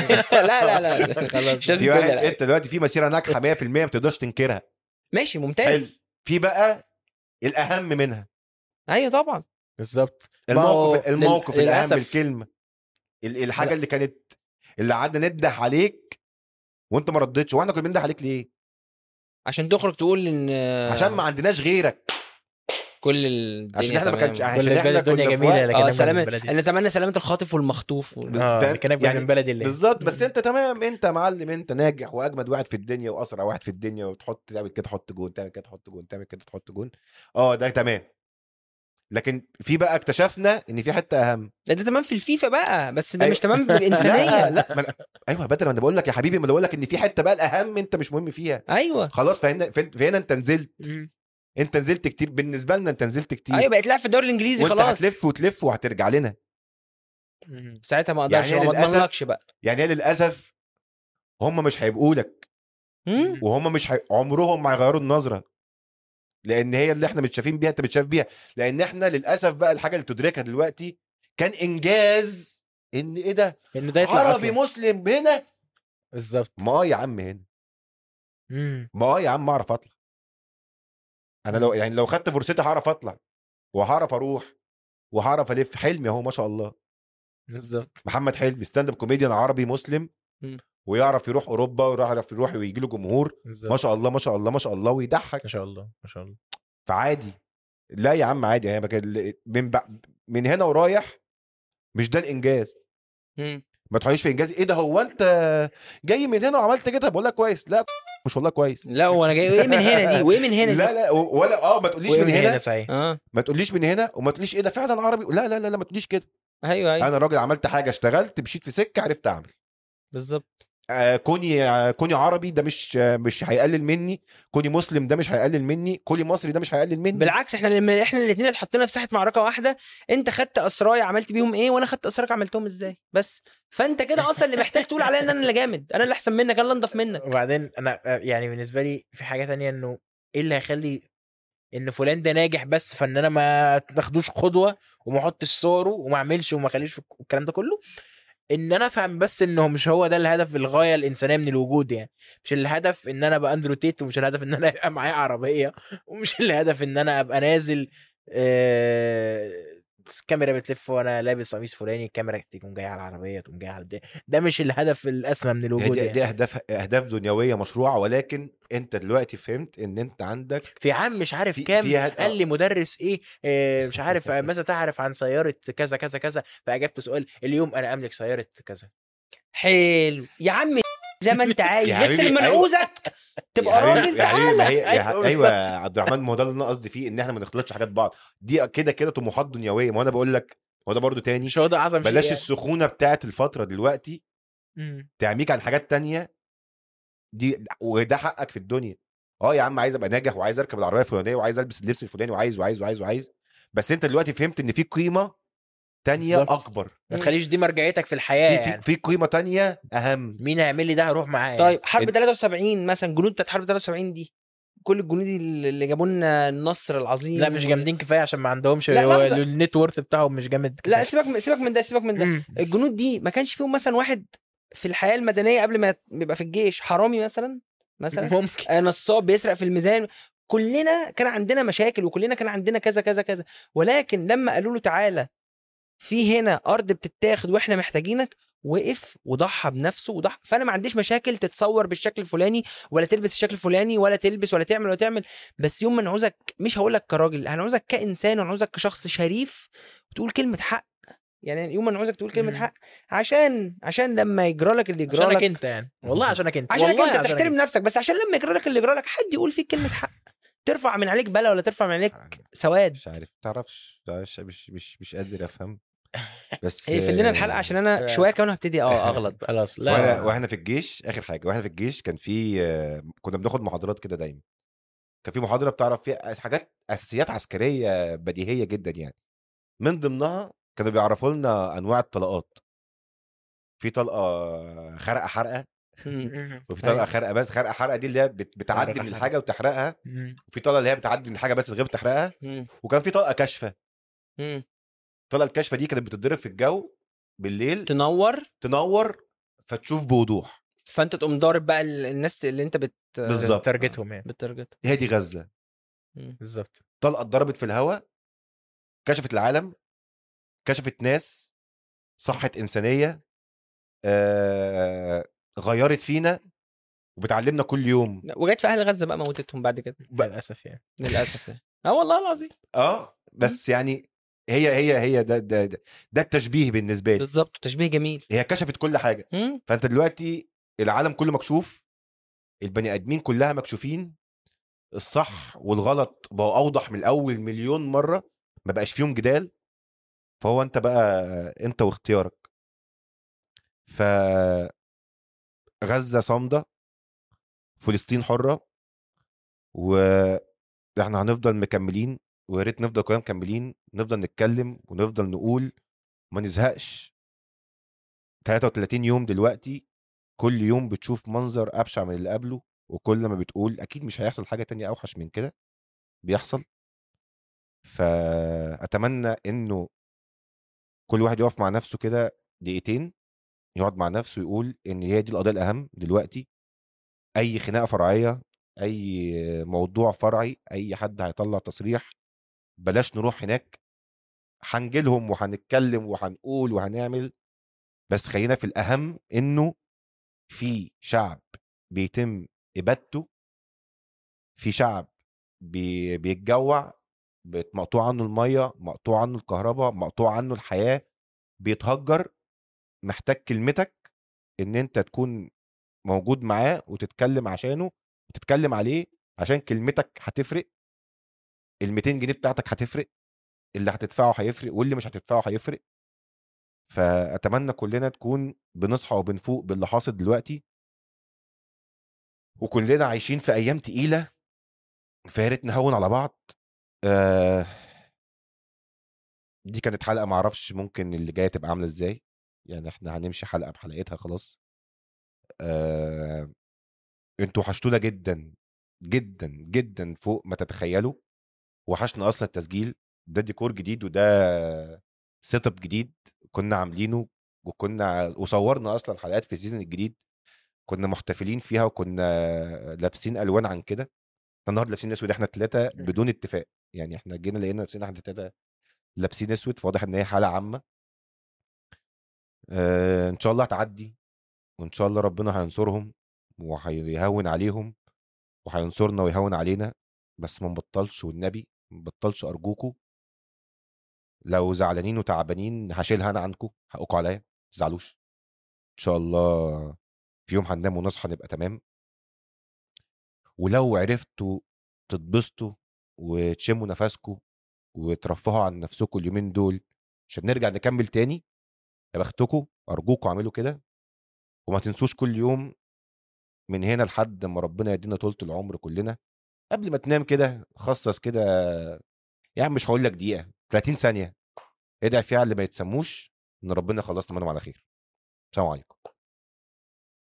لا خلاص مش لازم في تقول واحد لي. انت دلوقتي في مسيره ناجحه 100% ما تقدرش تنكرها. ماشي حلو. ممتاز. في بقى الاهم منها ايوه طبعا بالظبط. الموقف الاهم، للأسف. الكلمه، الحاجه اللي كانت اللي قعدنا ندح عليك وانت ما ردتش. واحنا كنا بندح عليك ليه؟ عشان تخرج تقول ان عشان ما عندناش غيرك، كل الدنيا عشان احنا ما كانش تمام. عشان احنا الدنيا كنا جميله في لكن سلامة، بلدي. انا اتمنى سلامه الخاطف والمخطوف لكن يعني من بلدي اللي بالظبط. بس انت تمام، انت معلم، انت ناجح واجمد واحد في الدنيا واسرع واحد في الدنيا، وتحط تعمل كده تحط جون، تعمل كده تحط جون، تعمل كده تحط جون. ده تمام. لكن في بقى اكتشفنا ان في حته اهم. ده تمام في الفيفا بقى، بس ده أيوة. مش تمام بالانسانيه. لا ايوه بدر، ما انا بقول لك يا حبيبي، ما انا بقول لك ان في حته بقى الاهم انت مش مهم فيها. ايوه خلاص فهنا انت نزلت. انت نزلت كتير بالنسبه لنا، انت نزلت كتير. ايوه بقيت لاعب في الدوري الانجليزي وانت خلاص. هتلف وتلف وهترجع لنا. ساعتها ما اقدرش يعني ما للأسف- اضمنلكش بقى. يعني للاسف هم مش هيبقوا لك، وهم مش عمرهم ما هيغيروا النظره، لان هي اللي احنا متشافين بيها انت متشاف بيها. لان احنا للاسف بقى الحاجه اللي تدركها دلوقتي كان انجاز ان ايه ده ان ده يطلع عربي أصلاً. مسلم هنا. بالظبط. ما يا عم هنا ما يا عم اعرف اطلع. انا لو خدت فرصتي هعرف اطلع وهعرف اروح وهعرف الف. حلمي اهو ما شاء الله. بالظبط. محمد حلمي ستاند اب كوميديان عربي مسلم، ويعرف يروح اوروبا ويعرف يروح ويجي له جمهور. بالظبط. ما شاء الله ما شاء الله ما شاء الله، ويضحك ما شاء الله ما شاء الله. فعادي. لا يا عم عادي. هي من هنا ورايح مش ده الانجاز. ما تحيش في انجاز. ايه ده هو انت جاي من هنا وعملت كده؟ بقول لك كويس. لا مش والله كويس. لا وانا جاي ايه من هنا دي وايه من هنا دي. لا ولا ما تقوليش من هنا صحيح. ما تقوليش من هنا وما تقوليش ايه ده فعلا عربي. لا ما تقوليش كده. ايوه انا راجل عملت حاجه، اشتغلت، مشيت في سكه، عرفت اعمل. بالظبط. كوني عربي ده مش هيقلل مني، كوني مسلم ده مش هيقلل مني، كوني مصري ده مش هيقلل مني. بالعكس احنا الاثنين اللي اتحطينا في ساحه معركه واحده. انت خدت اسراي عملت بيهم ايه، وانا خدت اسراك عملتهم ازاي. بس فانت كده اصلا اللي محتاج تقول عليا ان انا اللي جامد، انا اللي احسن منك، انا اللي انضف منك. وبعدين انا يعني بالنسبه لي في حاجه تانية، انه ايه اللي هيخلي ان فلان ده ناجح بس فان انا ما تاخدوش قدوه وما احطش صوره وما اعملش وما اخليش الكلام ده كله. ان انا افهم بس انه مش هو ده الهدف، الغايه الانسانيه من الوجود. يعني مش الهدف ان انا ابقى اندرو تيت، ومش الهدف ان انا يبقى معايا عربيه، ومش الهدف ان انا ابقى نازل الكاميرا بتلف وانا لابس قميص فلاني، الكاميرا تقوم جايه على العربيه تقوم جايه على الدنيا. ده مش الهدف الاسمى من يعني الوجود دي, يعني. دي اهداف دنيويه مشروعه، ولكن انت دلوقتي فهمت ان انت عندك في عام مش عارف في كام في قال لي مدرس ايه مش عارف ماذا تعرف عن سياره كذا كذا كذا، فاجبت سؤال اليوم انا املك سياره كذا. حلو يا عم زي ما انت عايز، يا بس حبيبي، اللي أيوة. منعوزك تبقى راجل. يا حبيبي ما هي أيوة ايوه يا بالظبط. عبد الرحمن، ما هو ده اللي انا قصدي فيه، ان احنا ما نخلطش حاجات بعض. دي كده كده طموحات دنيويه. ما انا بقول لك هو ده برضو تاني، مش هو ده اعظم شيء بلاش يعني. السخونه بتاعت الفتره دلوقتي مم. تعميك عن حاجات تانية. دي وده حقك في الدنيا. يا عم عايز ابقى ناجح، وعايز اركب العربيه الفلانيه، وعايز البس اللبس الفلاني، وعايز. بس انت دلوقتي فهمت ان في قيمه تانية بالظبط. اكبر، ما تخليش دي مرجعيتك في الحياه في يعني. في قيمه تانية اهم. مين هيعمل لي ده هروح معاه يعني. طيب حرب 73 مثلا، جنود بتاعت حرب 73 دي، كل الجنود اللي جابوا لنا النصر العظيم لا مش جامدين كفايه عشان ما عندهمش لا، لحظة. النت وورث بتاعهم مش جامد لا كفايه. سيبك من ده. مم. الجنود دي ما كانش فيهم مثلا واحد في الحياه المدنيه قبل ما يبقى في الجيش حرامي مثلا ممكن. نصاب بيسرق في الميزان؟ كلنا كان عندنا مشاكل، وكلنا كان عندنا كذا كذا كذا، ولكن لما قالوا له تعالى في هنا ارض بتتاخد واحنا محتاجينك، وقف وضحى بنفسه وضحى. فانا ما عنديش مشاكل تتصور بالشكل الفلاني، ولا تلبس الشكل الفلاني، ولا تلبس ولا تعمل، بس يوم ما نعوزك، مش هقول لك كراجل، هنعوزك كانسان، ونعوزك كشخص شريف وتقول كلمه حق. يعني يوم ما نعوزك تقول كلمه حق، عشان لما يجرى لك اللي يجرى عشانك لك، انت يعني، والله عشانك انت، عشانك والله انت عشانك تحترم انت. نفسك، بس عشان لما يجرى لك اللي يجرى لك حد يقول فيك كلمه حق، ترفع من عليك بلا ولا ترفع من عليك سواد. مش عارف، تعرفش مش قادر افهم. بس هي في لنا الحلقه عشان انا شويه كمان هبتدي اغلط بقى. خلاص لا. واحنا في الجيش، اخر حاجه واحنا في الجيش كان في كنا بناخد محاضرات كده دايما. كان في محاضره بتعرف فيها حاجات اساسيات عسكريه بديهيه جدا يعني. من ضمنها كانوا بيعرفوا لنا انواع الطلقات. في طلقه خرقه حرقه، وفي طلقه خرقه بس. خرقه حرقه دي اللي هي بتعدي من الحاجه وتحرقها، وفي طلقه اللي هي بتعدي من الحاجه بس من غير ما تحرقها، وكان في طلقه كاشفه. الطلقه الكاشفه دي كانت بتتضرب في الجو بالليل، تنور فتشوف بوضوح، فانت تقوم ضارب بقى الناس اللي انت بالظبط تارجتهم يعني. بتارجت. هي دي غزه بالظبط. طلقه اتضربت في الهواء، كشفت العالم، كشفت ناس، صحت انسانيه، غيرت فينا، وبتعلمنا كل يوم. وجت في اهل غزه بقى موتتهم بعد كده للاسف يعني. للاسف يعني. والله العظيم. بس يعني هي ده التشبيه بالنسبه لي. بالظبط، تشبيه جميل. هي كشفت كل حاجه. فانت دلوقتي العالم كله مكشوف، البني ادمين كلها مكشوفين، الصح والغلط بقوا اوضح من الاول مليون مره، ما بقاش فيهم جدال. فهو انت بقى انت واختيارك. ف غزه صامده، فلسطين حره، واحنا هنفضل مكملين، ويا ريت نفضل كلنا مكملين، نفضل نتكلم ونفضل نقول، ما نزهقش. 33 يوم دلوقتي، كل يوم بتشوف منظر ابشع من اللي قبله، وكل ما بتقول اكيد مش هيحصل حاجه تانية اوحش من كده بيحصل. فاتمنى انه كل واحد يقف مع نفسه كده دقيقتين، يقعد مع نفسه يقول ان هي دي القضيه الاهم دلوقتي. اي خناقه فرعيه، اي موضوع فرعي، اي حد هيطلع تصريح، بلاش نروح هناك. هنجيلهم وهنتكلم وهنقول وهنعمل، بس خلينا في الاهم، انه في شعب بيتم ابادته، في شعب بيتجوع، مقطوع عنه الميه، مقطوع عنه الكهرباء، مقطوع عنه الحياه، بيتهجر، محتاج كلمتك ان انت تكون موجود معاه وتتكلم عشانه وتتكلم عليه، عشان كلمتك هتفرق، ال200 جنيه بتاعتك هتفرق، اللي هتدفعه هيفرق، واللي مش هتدفعه هيفرق. فاتمنى كلنا تكون بنصحى وبنفوق باللي حاصل دلوقتي، وكلنا عايشين في ايام تقيله، فيا ريت نهون على بعض. دي كانت حلقه، معرفش ممكن اللي جايه تبقى عامله ازاي، يعني احنا هنمشي حلقه بحلقتها خلاص. انتوا وحشتونا جدا جدا جدا فوق ما تتخيلوا. وحشنا اصلا التسجيل ده، ديكور جديد، وده سيت اب جديد كنا عاملينه، وصورنا اصلا حلقات في السيزون الجديد، كنا محتفلين فيها، وكنا لابسين الوان عن كده. النهارده لابسين اسود احنا الثلاثه بدون اتفاق، يعني احنا جينا لقينا نفسنا احنا الثلاثه لابسين اسود، فواضح ان هي حاله عامه. ان شاء الله هتعدي، وان شاء الله ربنا هينصرهم وهيهون عليهم وهينصرنا ويهون علينا. بس ما نبطلش، والنبي ما نبطلش ارجوكوا. لو زعلانين وتعبانين هشيلها انا عنكم، حقكم عليا، ما تزعلوش. ان شاء الله في يوم هننام ونصحى نبقى تمام. ولو عرفتوا تتبسطوا وتشموا نفسكم وترفهوا عن نفسكم اليومين دول عشان نرجع نكمل تاني، يا بختكم. ارجوكوا اعملوا كده، وما تنسوش كل يوم من هنا لحد ما ربنا يدينا طولة العمر كلنا، قبل ما تنام كده خصص كده، يعني مش هقول لك دقيقة، 30 ثانية ادعي فيها اللي ما يتسموش ان ربنا خلصنا منهم على خير. السلام عليكم.